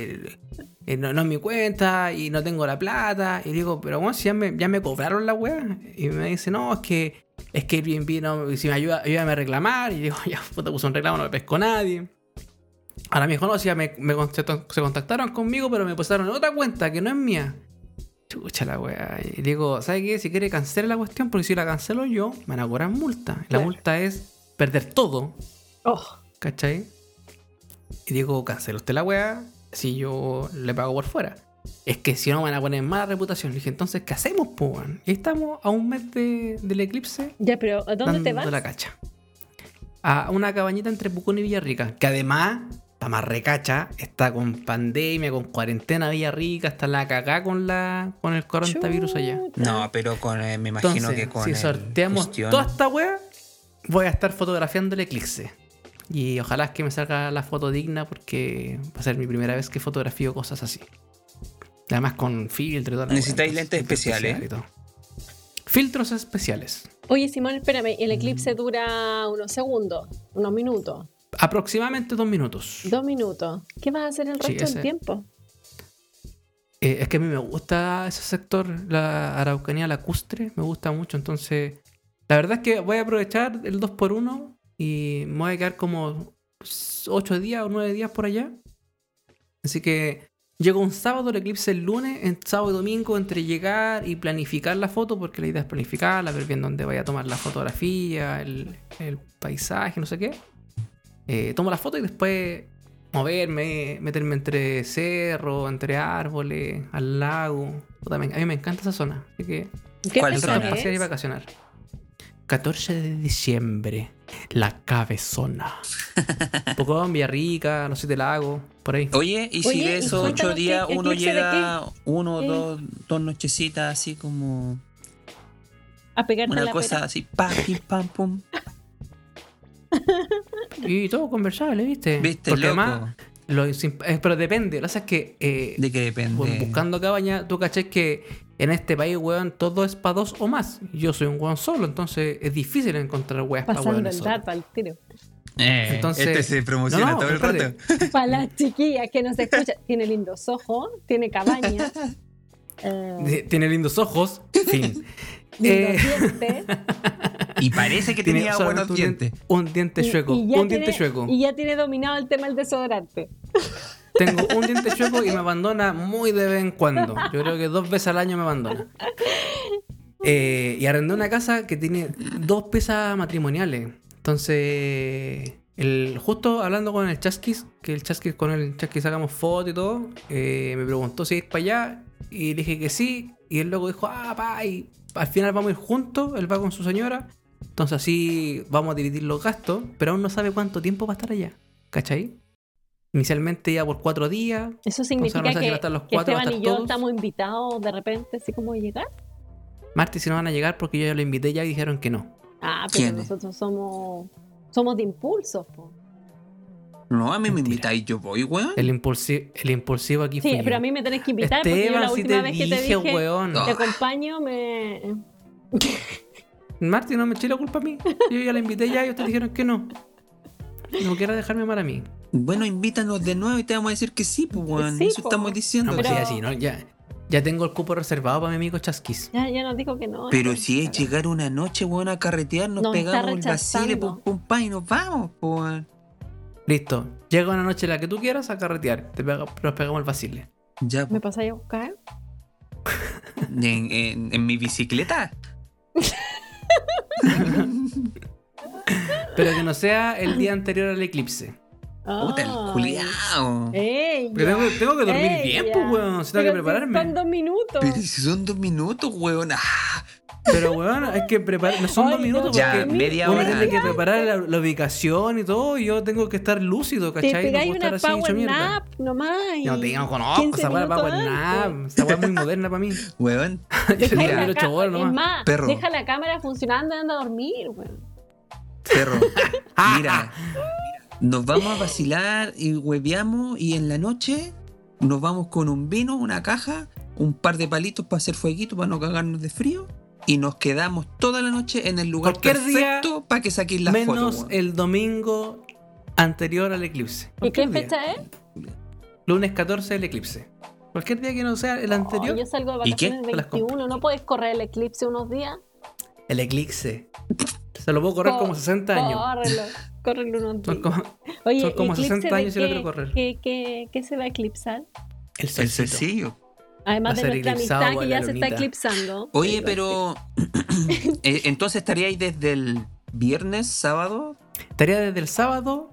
no es mi cuenta y no tengo la plata. Y digo, pero bueno, si ya me cobraron la weá. Y me dice, no, es que Airbnb no, si me ayúdame a reclamar. Y digo, ya, puta, puse un reclamo, no me pesco nadie. Ahora me dijo, no, si ya se contactaron conmigo, pero me pasaron otra cuenta que no es mía. Chucha la weá. Y digo, ¿sabe qué? Si quiere cancelar la cuestión, porque si la cancelo yo, me van a cobrar multa. La multa es perder todo. ¿Cachai? Y digo, cancela usted la weá, si yo le pago por fuera. Es que si no, me van a poner mala reputación. Le dije, entonces, ¿qué hacemos, po? Y estamos a un mes del eclipse. Ya, pero ¿a dónde te vas? La cacha. A una cabañita entre Pucón y Villarrica, que además está más recacha, está con pandemia, con cuarentena Villarrica, está la cagá con el coronavirus allá. No, pero me imagino entonces, que con si sorteamos toda esta wea, voy a estar fotografiando el eclipse. Y ojalá que me salga la foto digna, porque va a ser mi primera vez que fotografío cosas así. Además con filtro y todo. ¿Necesitáis lentes especiales? Y todo. Filtros especiales. Oye, Simón, espérame, el eclipse dura unos segundos, unos minutos. Aproximadamente 2 minutos. 2 minutos. ¿Qué vas a hacer el resto del tiempo? Es que a mí me gusta ese sector, la Araucanía lacustre, me gusta mucho. Entonces, la verdad es que voy a aprovechar el 2x1 y me voy a quedar como 8 días o 9 días por allá. Así que llego un sábado, el eclipse el lunes, en sábado y domingo entre llegar y planificar la foto, porque la idea es planificarla, ver bien dónde vaya a tomar la fotografía, el paisaje, no sé qué. Tomo la foto y después moverme, meterme entre cerros, entre árboles, al lago. A mí me encanta esa zona. Así que ¿Cuál zona es? Pasear y vacacionar. 14 de diciembre, La Cabezona. Pucón, Villarrica, Los Siete Lagos, por ahí. Oye, y si de esos 8 días uno llega uno o dos nochecitas así como a pegarte una la cosa pera. así, pam, pim, pam, pum. Y todo conversable, ¿viste? ¿Viste, porque loco? además, pero depende. Lo que pasa es que ¿De qué depende? buscando cabaña, tú cachés que en este país, weón, todo es para 2 o más. Yo soy un weón solo, entonces es difícil encontrar weas para Pasando weones el solos. dato al tiro. Entonces, este se promociona no, todo el espérate. rato. Para las chiquillas que nos escuchan, tiene lindos ojos, tiene cabaña, Tiene lindos ojos, fin. lindos dientes. Y parece que Tiene tenía solamente buenos dientes. Un diente chueco, diente chueco. Y ya tiene dominado el tema del desodorante. Tengo un diente chueco y me abandona muy de vez en cuando. Yo creo que 2 veces al año me abandona. Y arrendé una casa que tiene 2 piezas matrimoniales. Entonces, justo hablando con el Chasquis, con el Chasquis sacamos fotos y todo, me preguntó si ir para allá y le dije que sí. Y el loco dijo, pa, y al final vamos a ir juntos, él va con su señora. Entonces así vamos a dividir los gastos, pero aún no sabe cuánto tiempo va a estar allá. ¿Cachai? Inicialmente ya por 4 días. Eso significa no sé si va a que, estar los que 4, Esteban y yo todos. estamos invitados de repente, así como a llegar. Marty, si no van a llegar porque yo ya lo invité ya y dijeron que no. Ah, pero ¿Quién? nosotros somos de impulsos, po. No, a mí me Mentira. invitáis, yo voy, weón. El impulsivo aquí Sí, fui pero yo. a mí me tenés que invitar porque yo Esteban, la si última te vez que te dije, dije weón. te acompaño, me... Marty, no me eché la culpa a mí. Yo ya la invité ya y ustedes dijeron que no. No quiera dejarme mal a mí. Bueno, invítanos de nuevo y te vamos a decir que sí, pues, weón. Sí, Eso po. estamos diciendo. No, pues Pero- sí, así, ¿no? Ya tengo el cupo reservado para mi amigo Chasquis. Ya nos dijo que no. Pero entonces, si es claro. llegar una noche, weón, a carretear, nos Nos está pegamos el vacile, rechazando. pum, pum, pa, y nos vamos, pues, weón. Listo. Llega una noche la que tú quieras a carretear. Nos pegamos el vacile. Ya, ¿Me pasáis a buscar? en mi bicicleta. Pero que no sea el día anterior al eclipse. Puta, el culiao. Porque tengo que dormir bien, pues, weón. Si tengo que prepararme. Son 2 minutos. Pero si son 2 minutos, weón. Pero, weón, hay que preparar. No son 2 minutos Ya, porque media uno hora. tiene que preparar la ubicación y todo. Y yo tengo que estar lúcido, Te ¿cachai? No pegáis puedo estar una así hecho power mierda. nap nomás. Yo no conozco 15 esa weá, minutos power nap. antes. Esa weá es muy moderna para mí. Weón. Yo Deja tengo Mira, que ir 8 horas es nomás. más, Perro. deja la cámara funcionando y anda a dormir, weón. Perro. Mira. Nos vamos a vacilar y hueveamos. Y en la noche nos vamos con un vino, una caja, un par de palitos para hacer fueguito, para no cagarnos de frío. Y nos quedamos toda la noche en el lugar Cualquier día, perfecto para que saquéis las Menos fotos. weón. el domingo anterior al eclipse. ¿Y qué Cualquier día. fecha es? Lunes 14 el eclipse. Cualquier día que no sea el anterior. Oh, yo salgo de ¿Y qué? vacaciones el Las compro. 21. ¿No puedes correr el eclipse unos días? El eclipse. Se lo puedo correr como 60 años. Córrelo unos Son días. como, Oye, son como ¿eclipse 60 de años y lo qué- quiero correr. ¿Qué se va a eclipsar? el El solcito. sencillo. Además Va a de ser nuestra eclipsado amistad por que la ya se está lunita. eclipsando. Oye, pero entonces estaríais desde el viernes, sábado. Estaría desde el sábado,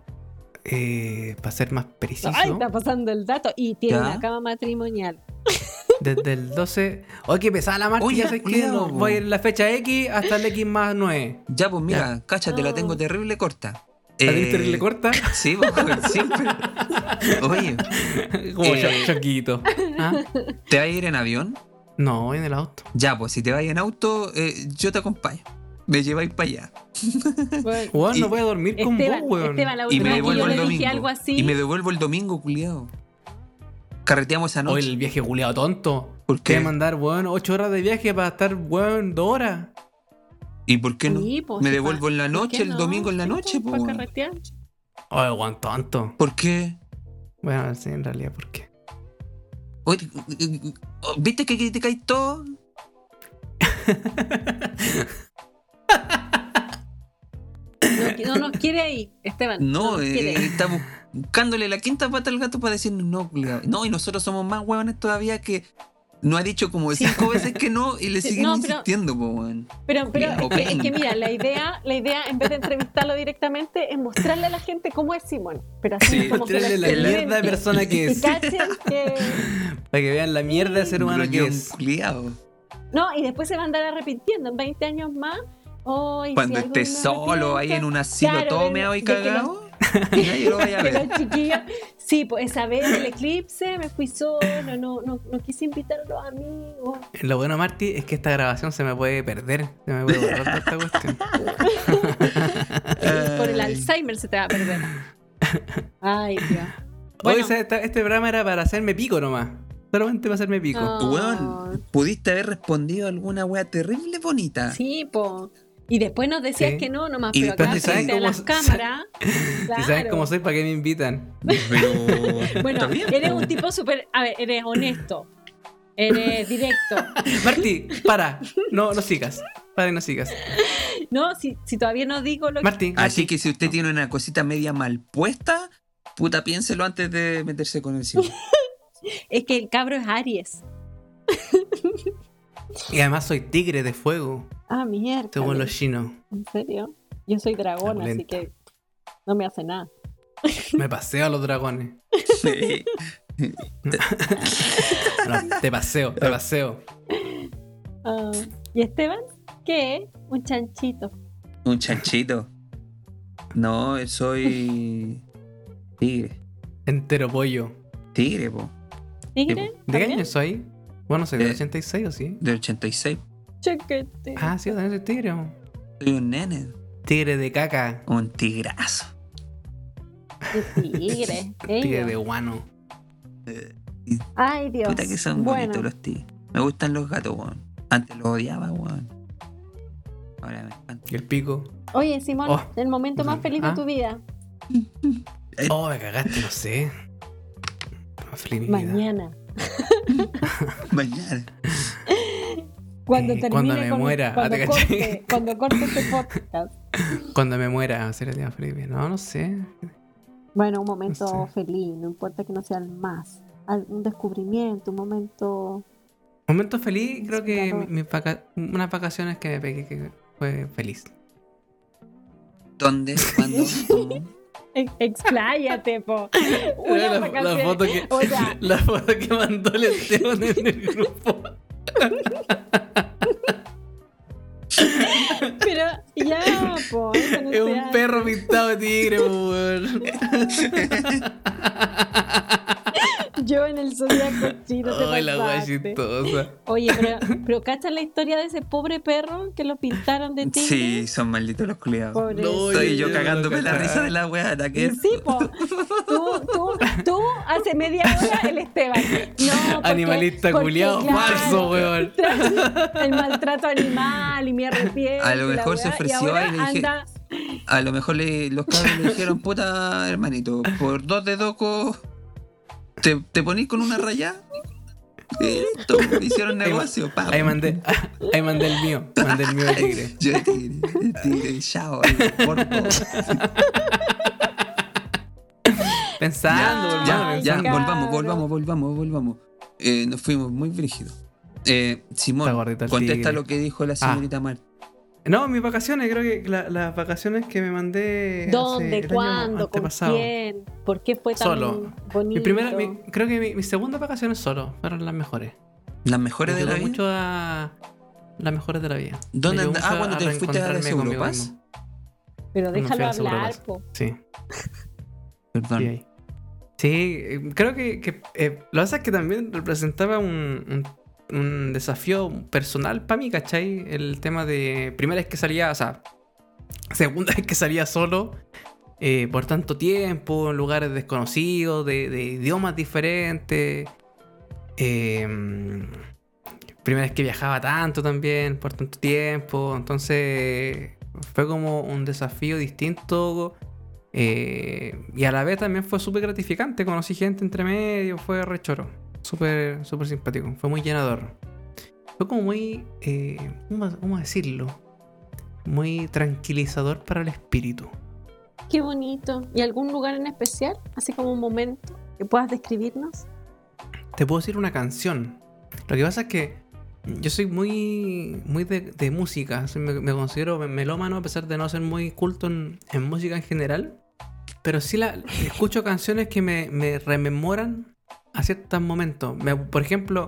para ser más preciso, Ay, está pasando el dato. Y tiene ¿Ya? una cama matrimonial. desde el 12. Oye, que pesada la marcha, Oye, ya sé que culiao, no, voy a ir en la fecha X hasta el X más 9. Ya, pues mira, cáchate, la Oh. tengo terrible corta. ¿La tenés terrible corta? Sí, pues, siempre. Oye, Como choquito. ¿Ah? ¿te vas a ir en avión? No, voy en el auto. Ya, pues si te vas en auto, yo te acompaño. Me lleváis para allá. Bueno, Weón, Y- no voy a dormir con vos, weón. Esteban, la Y última me vez que devuelvo yo el le domingo. dije algo así. Y me devuelvo el domingo, culiado. Carreteamos esa Hoy noche. el viaje culiado tonto. ¿Por ¿Qué qué? mandar, weón? 8 horas de viaje para estar, weón, 2 horas. ¿Y por qué no? Sí, pues, me sí, devuelvo en la ¿por noche, qué el no? domingo en la Sí, noche, pues, pues. para carretear. Oye, weón, tonto. ¿Por qué? Bueno, sí, en realidad, ¿por qué? Oye, ¿viste que te caes todo? No nos quiere ahí, Esteban. No, nos quiere. estamos buscándole la quinta pata al gato para decirnos no, culiao. No, y nosotros somos más huevones todavía que nos ha dicho como 5 veces que no y le Sí, seguimos no, pero- insistiendo, pues, weón. Pero Cuidado, es que mira, la idea, en vez de entrevistarlo directamente, es mostrarle a la gente cómo es Simón. Pero así Sí, como que mostrarle la experimenten mierda de persona que y es. cachen que... Para que vean la mierda de ser humano que Gruñón es. culiao. No, y después se va a andar arrepintiendo en 20 años más. Oh, y Cuando si algo estés me solo ahí en un asilo Claro, todo de- meado y de que los- cagado, y nadie lo vaya a que ver. los chiquillos, sí, pues esa vez del eclipse me fui solo, no quise invitar a los amigos. Lo bueno, Marty, es que esta grabación se me puede perder. Se me puede borrar toda esta cuestión. Por el Alzheimer se te va a perder. Ay, Dios. Hoy Bueno. este programa era para hacerme pico nomás. Solamente para hacerme pico. Ah. Weón, pudiste haber respondido alguna wea terrible bonita. Sí, po. Y después nos decías Sí. que no, nomás, Y pero acá después frente a saben las cómo- cámaras. Si saben claro. cómo soy, ¿para qué me invitan? Pero. Bueno, está bien, eres po. un tipo súper. A ver, eres honesto. Eres directo. Marty, para. No sigas. Para y no sigas. No, si todavía no digo lo que. Marty, Así que si usted tiene una cosita media mal puesta, puta, piénselo antes de meterse con el cine. Es que el cabro es Aries. Y además soy tigre de fuego. Ah, mierda. Según los chinos. ¿En serio? Yo soy dragón, así Opulenta. que no me hace nada. Me paseo a los dragones. Sí. No, te paseo, te paseo. Ah, ¿y Esteban? ¿Qué es? Un chanchito. Un chanchito. No, soy. Tigre. Entero pollo. Tigre, po. ¿Tigre? ¿De qué año soy? Bueno, soy del Eh. 86 o sí. Del 86. Chequete. Ah, sí, yo también soy tigre. ¿O? Soy un nene. Tigre de caca. Un tigrazo. Qué tigre. Tigre Ellos. de guano. Ay, Dios. Puta que son bueno, bonitos los tigres. Me gustan los gatos, weón. Antes los odiaba, weón. Ahora me encanta. Y el pico. Oye, Simón, Oh. el momento más feliz de ¿Ah? tu vida. Oh, me cagaste, no sé. Más feliz mi vida. Mañana. Mañana. Cuando Cuando termine me con- muera. Cuando Ah, te caché. cuando corte este podcast. Cuando me muera, será el día más feliz. No sé. Bueno, un momento Sí. feliz, no importa que no sea el más. Un descubrimiento, un momento Momento feliz, creo que inspirador. unas vacaciones que me pegué que fue feliz. ¿Dónde? ¿Cuándo? ¿Cómo? Expláyate, po. Era Una la vacación. foto que, O sea, la foto que mandó el Esteban en el grupo. pero ya, po, eso no Es se un hace. perro pintado de tigre, po, weón. Yo en el zodiaco chino te Ay, la wea pasaste. chistosa. Oye, pero ¿cachas la historia de ese pobre perro que lo pintaron de tigre? Sí, son malditos los culiados. Pobre. No, Estoy yo no cagándome lo la cachaba. risa de la weá, Y Taker. sí, po. Tú, hace media hora el Esteban. No, porque- Animalista porque, culiao claro, falso, weón. El maltrato animal y me arrepiento. A lo y la mejor se weá, ofreció y ahora y le dije- anda. A lo mejor los cabros le dijeron, puta hermanito, por 2 de doco, ¿te ponís con una raya? Y listo, hicieron negocio, pa. Ahí mandé el mío. Mandé el mío de tigre. Yo el tigre, chao, el porco. Pensando, Ya, hermano, Ya, pensando. volvamos. Nos fuimos muy brígidos. Simón, Está gordito el contesta tigre. lo que dijo la señorita Mar. No, mis vacaciones, creo que las vacaciones que me mandé. ¿Dónde? el año ¿Cuándo? ¿Con antepasado. quién? ¿Por qué fue tan Solo. bonito? Creo que mis segundas vacaciones solo fueron las mejores. Las mejores Me de la ayudó vida. mucho a las mejores de la vida. ¿Dónde Me ayudó andas? mucho Cuando a te fuiste a las reencontrarme conmigo Europas. mismo. Pero Cuando fui déjalo a las hablar, Europas. po. Sí. Perdón. Sí, ahí. Sí, creo que lo que pasa es que también representaba un desafío personal para mí, ¿cachai? El tema de primera vez que salía, o sea, segunda vez que salía solo por tanto tiempo, en lugares desconocidos, de idiomas diferentes. Primera vez que viajaba tanto también, por tanto tiempo. Entonces fue como un desafío distinto. Y a la vez también fue súper gratificante. Conocí gente entre medio, fue re choro. Súper simpático, fue muy llenador. Fue como muy, ¿cómo decirlo? Muy tranquilizador para el espíritu. Qué bonito. ¿Y algún lugar en especial? Así como un momento que puedas describirnos. Te puedo decir una canción. Lo que pasa es que yo soy muy de música. Me considero melómano a pesar de no ser muy culto en música en general. Pero sí escucho canciones que me rememoran a ciertos momentos. Por ejemplo,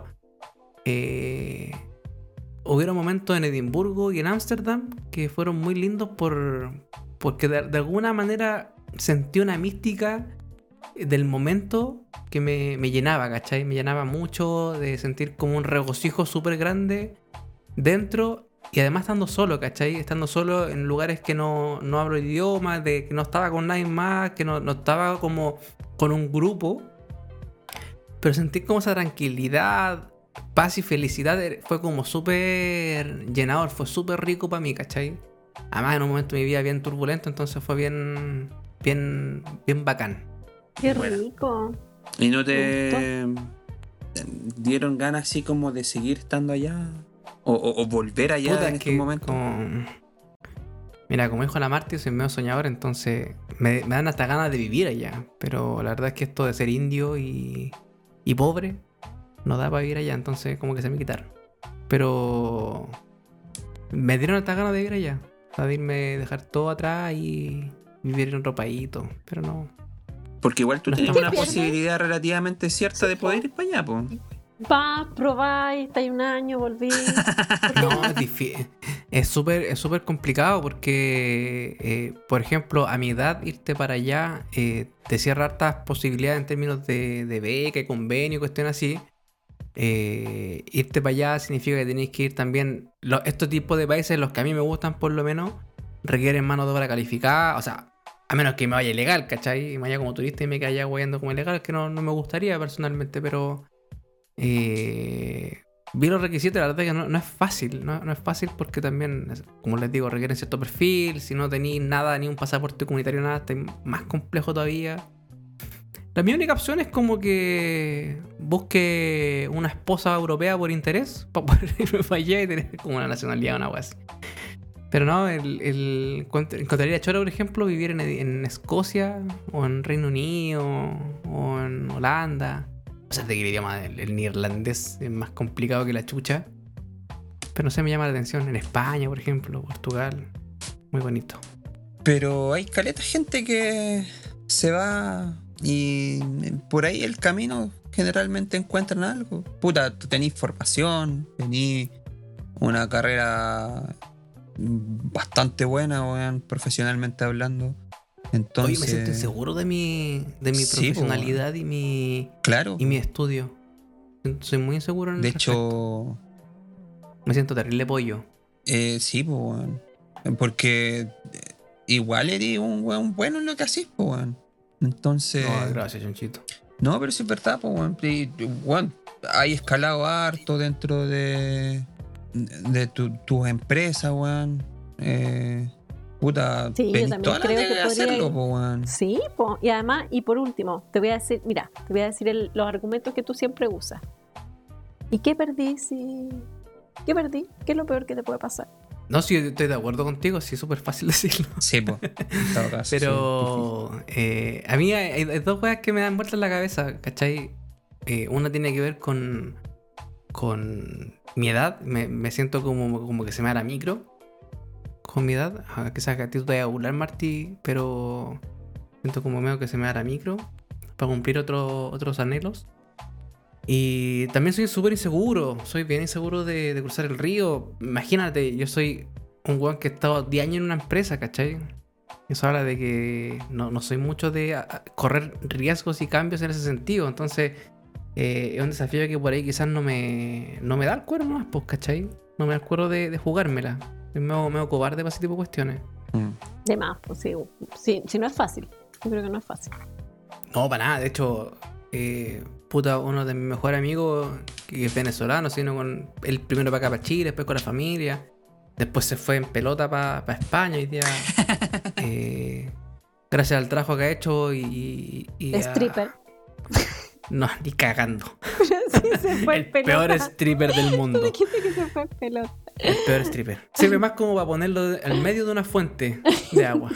hubieron momentos en Edimburgo y en Ámsterdam que fueron muy lindos porque de alguna manera sentí una mística del momento que me llenaba, ¿cachai? Me llenaba mucho de sentir como un regocijo súper grande dentro. Y además estando solo, ¿cachai? Estando solo en lugares que no hablo idioma, de que no estaba con nadie más, que no estaba como con un grupo. Pero sentí como esa tranquilidad, paz y felicidad. Fue como súper llenador, fue súper rico para mí, ¿cachai? Además en un momento de mi vida bien turbulento, entonces fue bien bacán. Qué Bueno. rico. ¿Y no te dieron ganas así como de seguir estando allá? ¿O volver allá Puta, en es estos momentos? Mira, como dijo la Marti, soy medio soñador, entonces me dan hasta ganas de vivir allá. Pero la verdad es que esto de ser indio y pobre no da para vivir allá, entonces como que se me quitaron. Pero me dieron hasta ganas de vivir allá. De irme, dejar todo atrás y vivir en otro paísito. Pero no. Porque igual tú No tienes está una mal. posibilidad relativamente cierta de poder ir para allá, po. Vas, probáis, estáis un año, volví. No, es difícil. Es súper complicado porque, por ejemplo, a mi edad, irte para allá te cierra hartas posibilidades en términos de beca y convenio y cuestiones así. Irte para allá significa que tenéis que ir también. Estos tipos de países, los que a mí me gustan por lo menos, requieren mano de obra calificada. O sea, a menos que me vaya ilegal, ¿cachai? Y me vaya como turista y me quede allá guayando como ilegal, que no me gustaría personalmente, pero. Vi los requisitos, la verdad es que no es fácil, no es fácil porque también, como les digo, requieren cierto perfil. Si no tenéis nada, ni un pasaporte comunitario, nada, está más complejo todavía. Mi única opción es como que busque una esposa europea por interés para poder irme para allá y tener como una nacionalidad o una cosa así. Pero no, encontraría choro, por ejemplo, vivir en Escocia o en Reino Unido o en Holanda. O sea, de que el idioma el neerlandés es más complicado que la chucha. Pero no sé, me llama la atención. En España, por ejemplo, Portugal. Muy bonito. Pero hay caleta gente que se va y por ahí el camino generalmente encuentran algo. Puta, tú tenés formación, tenés una carrera bastante buena, weón, profesionalmente hablando. Entonces, Oye, me siento inseguro de mi Sí, profesionalidad y mi claro. estudio. Soy muy inseguro en De ese aspecto. hecho, Me siento terrible pollo. sí, pues, weón. Porque igual eres un weón bueno en lo que hacís, pues, weón. Entonces. No, gracias, Chonchito. No, pero sí es verdad, pues, weón. Weón, hay escalado harto dentro de tu empresa, weón. Puta, Sí, yo tenés también todas las creo de que podría hacerlo, ir. pues, weón. Sí, po. Y además, y por último, te voy a decir, mira, te voy a decir los argumentos que tú siempre usas. ¿Y qué perdí si... ¿Qué perdí? ¿Qué es lo peor que te puede pasar? No, sí, estoy de acuerdo contigo, sí, es súper fácil decirlo. Sí, pues. En todo caso, Pero a mí hay dos cosas que me dan vueltas en la cabeza, ¿cachai? Una tiene que ver con mi edad. Me siento como que se me da la micro con mi edad. Quizás que a ti te voy a burlar, Martí, pero siento como medio que se me da la micro para cumplir otros anhelos. Y también soy súper inseguro. Soy bien inseguro de cruzar el río. Imagínate, yo soy un weón que he estado 10 años en una empresa, ¿cachai? Eso habla de que no soy mucho de correr riesgos y cambios en ese sentido. Entonces, es un desafío que por ahí quizás no me da el cuero más, pues, ¿cachai? No me da el cuero de jugármela. Soy medio cobarde para ese tipo de cuestiones. De más, pues sí, si no es fácil. Yo creo que no es fácil. No, para nada. De hecho, uno de mis mejores amigos, que es venezolano, sino con él primero para acá, para Chile, después con la familia. Después se fue en pelota para España hoy día. Gracias al trabajo que ha hecho y Stripper. No, ni cagando. Sí, se fue El en pelota. peor stripper del mundo. Dijiste que se fue en pelota. El peor stripper. Sirve más como para ponerlo al medio de una fuente de agua.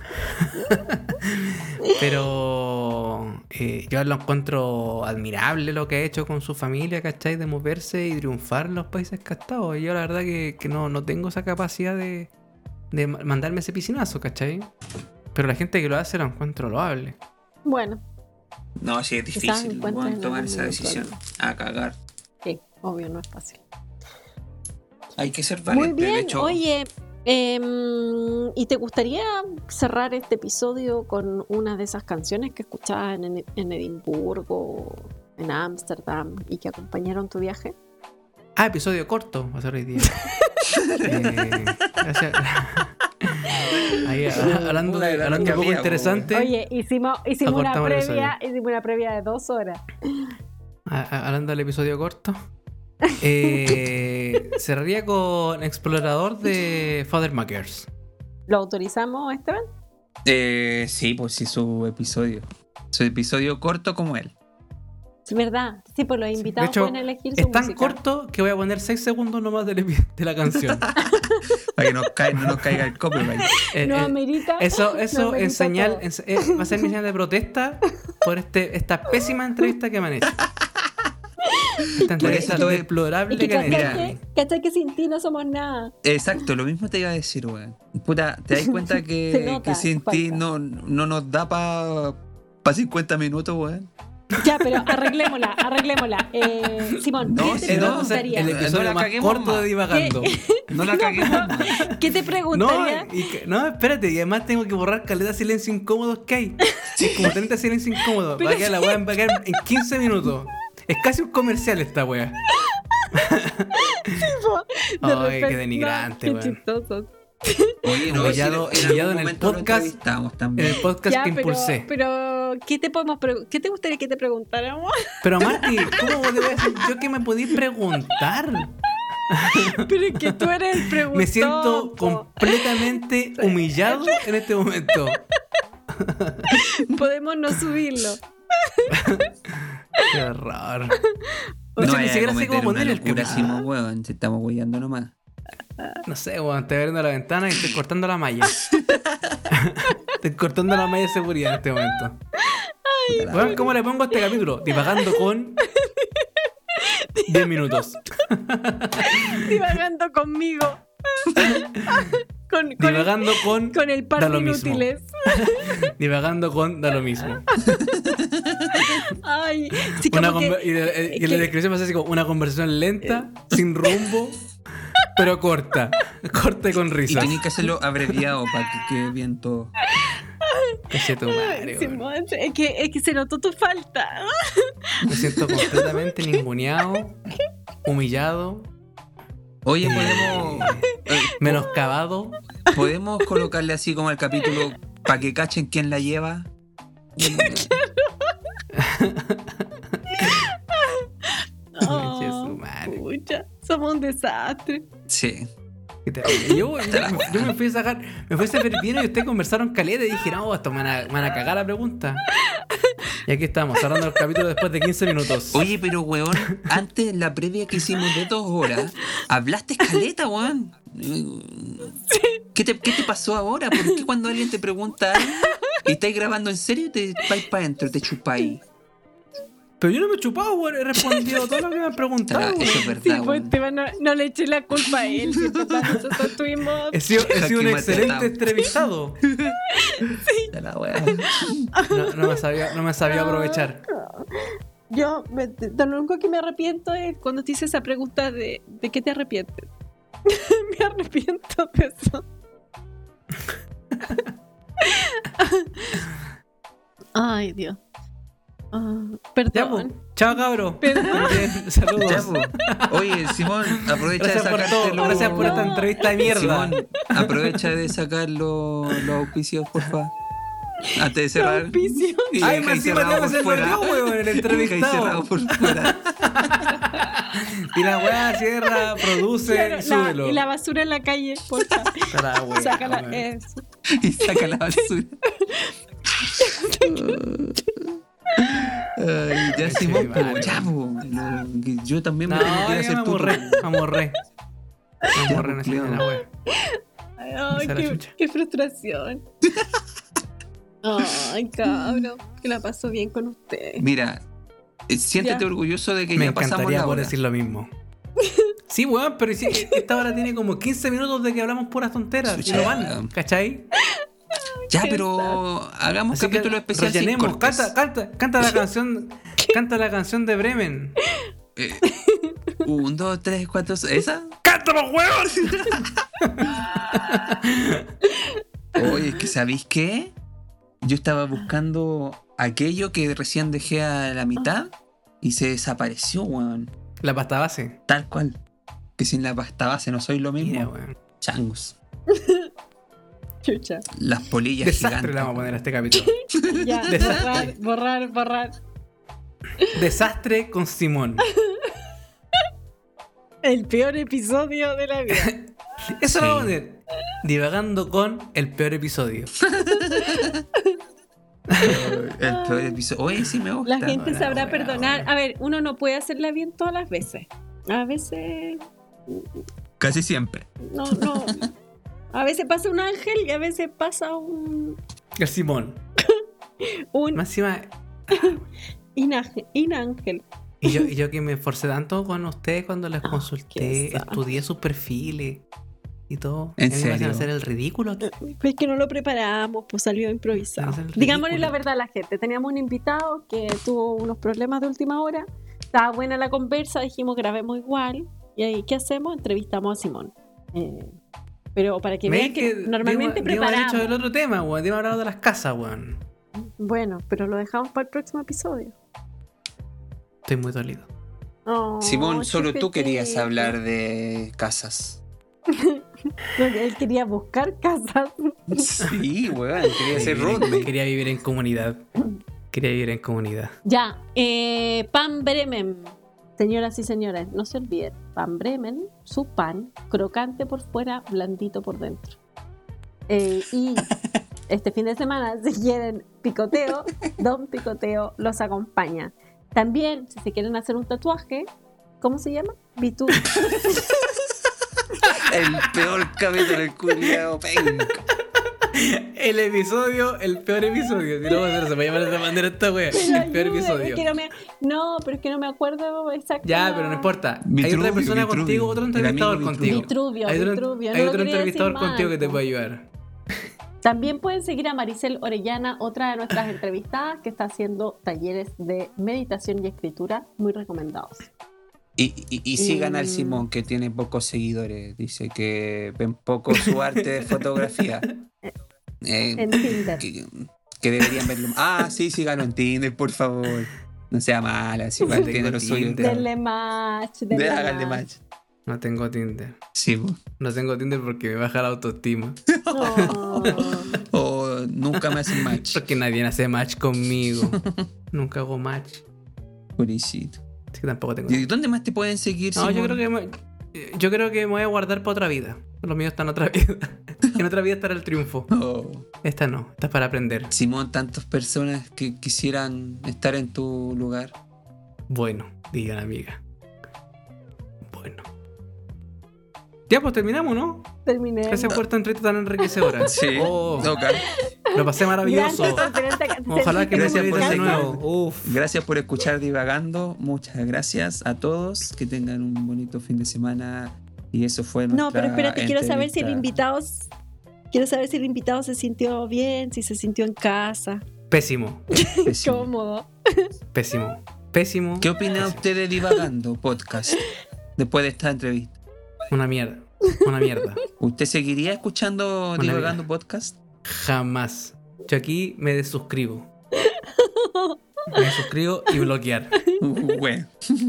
Pero yo lo encuentro admirable lo que ha hecho con su familia, ¿cachai? De moverse y triunfar en los países que ha estado. Y yo la verdad que no tengo esa capacidad de mandarme ese piscinazo, ¿cachai? Pero la gente que lo hace lo encuentro loable. Bueno. No, sí, es difícil, weón, tomar esa decisión. A cagar. Sí, obvio, no es fácil. Hay que ser valiente. Muy bien, De hecho, oye, ¿y te gustaría cerrar este episodio con una de esas canciones que escuchabas en Edimburgo, en Ámsterdam y que acompañaron tu viaje? Episodio corto va a ser hoy día. Gracias. Ahí, hablando de un poco interesante. Oye, hicimos una previa de 2 horas. Hablando del episodio corto. Cerraría con Explorador de Father Makers. ¿Lo autorizamos, Esteban? Sí, pues sí, su episodio corto como él. Sí, verdad. Sí, pues los invitados pueden elegir su música. Es tan música. corto que voy a poner 6 segundos nomás de la canción. Para que no nos caiga el copyright. No amerita. Eso es señal, va a ser mi señal de protesta por esta pésima entrevista que me han hecho. Esta entrevista deplorable que han hecho. ¿Cachai que sin ti no somos nada? Exacto, lo mismo te iba a decir, weón. Puta, ¿te das cuenta que sin ti no nos da pa 50 minutos, weón? Ya, pero arreglémosla. Simón, ¿qué te preguntaría? El episodio más corto de Divagando. No la caguemos. ¿Qué te preguntaría? No, espérate, y además tengo que borrar caleta de silencio incómodos que hay. Es como 30 silencio incómodos. Va a quedar la weá en 15 minutos. Es casi un comercial esta weá. Ay, qué denigrante, weón. Qué chistoso. Oye, humillado en el podcast. En el podcast ya, que impulsé. Pero ¿qué te gustaría que te preguntáramos? Pero Marti, ¿cómo te voy a decir yo que me podís preguntar? Pero es que tú eres el preguntón. Me siento completamente humillado en este momento. Podemos no subirlo. Qué horror. No, ni siquiera sé cómo poner el tema. Si estamos hueando nomás. No sé, weón, estoy abriendo la ventana y estoy cortando la malla. Estoy cortando la malla de seguridad en este momento. Weón, ¿cómo le pongo a este capítulo? Divagando con 10 minutos. Divagando conmigo. Divagando con el par da de lo mismo. inútiles. Divagando con da lo mismo. Ay, sí, como Y la descripción pasa así como una conversación lenta, sin rumbo, pero corta. Corta y con Y risas. tenés que hacerlo abreviado para que quede bien todo. Caché tu madre, weón. Simón, es que se notó tu falta. Me siento completamente ninguneado, humillado, Oye, podemos colocarle así como el capítulo para que cachen quién la lleva. Conche su madre. Pucha, somos un desastre. Sí. Qué terrible. Yo me fui a sacar bien y ustedes conversaron caleta y dije, no, esto me van a cagar la pregunta. Y aquí estamos, cerrando el capítulo después de 15 minutos. Oye, pero weón, antes la previa que hicimos de 2 horas, hablaste caleta, weón. ¿Qué te pasó ahora? ¿Por qué cuando alguien te pregunta algo y estáis grabando en serio te vais para adentro, te chupáis? Pero yo no me he chupado, weón. He respondido todo lo que me han preguntado, weón. Eso es verdad, Sí, pues weón. Esteban, no le eché la culpa a él. Si nosotros tuvimos... He sido un Aquí excelente matado. entrevistado. De la weá. No me sabía aprovechar. Yo, de lo único que me arrepiento es cuando te hice esa pregunta de qué te arrepientes. Me arrepiento de eso. Ay, Dios. Ya, Perdón. po. Chao, cabro. Perdón. Saludos. Ya, po. Oye, Simón, aprovecha Gracias de por sacarte todo. Gracias por esta entrevista de mierda. Simón, aprovecha de sacar los auspicios, porfa. Antes de cerrar. Auspicio. Y Ay, dejáis más encima cerrado tengo que por se fuera. perdió, weón, el Dejáis entrevistado. cerrado por fuera. Y la weá cierra, produce Claro, y súbelo. y la basura en la calle, porfa. La weá, Sácala. weón. Eso. Y saca la basura. Ay, ya, Ay, Simón, sí, po, vale. ya, po. No, que yo también me No, tengo que ir a ya hacer me tu. amorré. Me necesito la weá. Ay, Esa era la chucha. qué frustración. Ay, cabrón, que la paso bien con usted. Mira, siéntete Ya. orgulloso de que Me ya pasamos encantaría la poder hora. decir lo mismo. Sí, weón, pero si esta hora tiene como 15 minutos de que hablamos puras tonteras. Y Chucha. no van, ¿cachai? Ya, pero hagamos Así capítulo que especial sin rellenemos. cortes. Canta la canción. Canta la canción de Bremen. 1, 2, 3, 4, ¿esa? ¡Cántalo, weón! Oye, es que ¿sabéis qué? Yo estaba buscando aquello que recién dejé a la mitad y se desapareció, weón. La pasta base. Tal cual. Que sin la pasta base no soy lo mismo. Mira, weón. Changos. Chucha. Las polillas Desastre gigantes. le vamos a poner a este capítulo. Ya, Desastre. borrar. Desastre con Simón. El peor episodio de la vida. Eso lo vamos a poner. Divagando con el peor episodio. El peor episodio. Oye, sí me gusta. La gente Hola, sabrá hola, perdonar. hola. A ver, uno no puede hacerla bien todas las veces. A veces Casi siempre. no. A veces pasa un ángel y a veces pasa un El Simón. Más encima. inángel. Y yo que me esforcé tanto con ustedes cuando les qué consulté, desastre. estudié sus perfiles y todo. ¿En Y a mí me hacen serio? hacer el ridículo aquí. Pues que no lo preparamos, pues salió improvisado. Es el Digámosle ridículo. la verdad a la gente. Teníamos un invitado que tuvo unos problemas de última hora. Estaba buena la conversa, dijimos grabemos igual. Y ahí, ¿qué hacemos? Entrevistamos a Simón. Pero para que vean que normalmente Dimos preparamos. hecho el otro tema, weón. Dimos hablado de las casas, weón. Bueno, pero lo dejamos para el próximo episodio. Estoy muy dolido. Oh, Simón, solo tú chiquitito. querías hablar de casas. Él quería buscar casas. Sí, weón. Quería hacer roadmap. Quería vivir en comunidad. Ya, pan Bremen. Señoras y señores, no se olviden. Pan Bremen, su pan, crocante por fuera, blandito por dentro. Y este fin de semana, si quieren picoteo, Don Picoteo los acompaña. También, si se quieren hacer un tatuaje, ¿cómo se llama? El peor capítulo del culiao, penca. El peor episodio. Si no, se va a llamar de esa manera esta wea. El peor episodio. Es que pero es que no me acuerdo exactamente. Ya, pero no importa. Hay Vitruvio, otra persona Vitruvio. contigo, otro El entrevistador amigo contigo. Vitruvio, Hay otro Vitruvio, no hay lo otro quería entrevistador decir contigo mal, que te po. puede ayudar. También pueden seguir a Maricel Orellana, otra de nuestras entrevistadas, que está haciendo talleres de meditación y escritura muy recomendados. Y sigan al Simón, que tiene pocos seguidores. Dice que ven poco su arte de fotografía. En Tinder. Que deberían verlo. Sí, síganlo en Tinder, por favor. No sea mala, si igual Tengo tiene lo suyo. Tinder. Denle match. Háganle match. No tengo Tinder. Sí, po. No tengo Tinder porque me baja la autoestima. Oh. O nunca me hacen match. Porque nadie hace match conmigo. Nunca hago match. Pobrecito. Así que tampoco tengo. ¿Y dónde más te pueden seguir, No, Simón? yo creo que me voy a guardar para otra vida. Lo mío está en otra vida. En otra vida estará el triunfo. Oh. Esta no, esta es para aprender. Simón, tantas personas que quisieran estar en tu lugar. Bueno, digan amiga. Bueno. Ya, pues terminamos, ¿no? Terminé. Gracias por esta entrevista tan enriquecedora. Sí. Oh, Ok. lo pasé maravilloso. Ojalá que me Gracias por invites de seguir. nuevo. Uf. Gracias por escuchar Divagando. Muchas gracias a todos. Que tengan un bonito fin de semana. Y eso fue nuestra No, pero espérate, quiero saber si el entrevista. invitado se sintió bien, si se sintió en casa, Pésimo. Pésimo. cómodo. Pésimo. Pésimo. ¿Qué opina usted de Divagando Podcast después de esta entrevista? Una mierda. Una mierda. ¿Usted seguiría escuchando Una Divagando mierda. Podcast? Jamás. Yo aquí me desuscribo. Me desuscribo y bloquear. Bueno.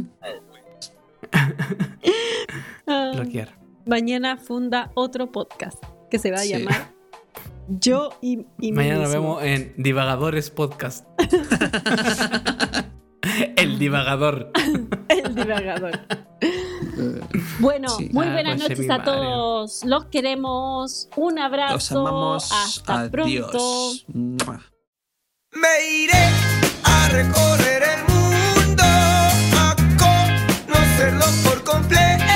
Bloquear. Mañana funda otro podcast que se va a Sí. llamar Yo y mí Mañana nos mismo. vemos en Divagadores Podcast. El divagador. El divagador. Bueno, Sí. muy Ah, buenas pues, noches mi a madre. todos. Los queremos. Un Los abrazo. amamos. Hasta pronto. Adiós. Mua. Me iré a recorrer el mundo, a conocerlo por completo.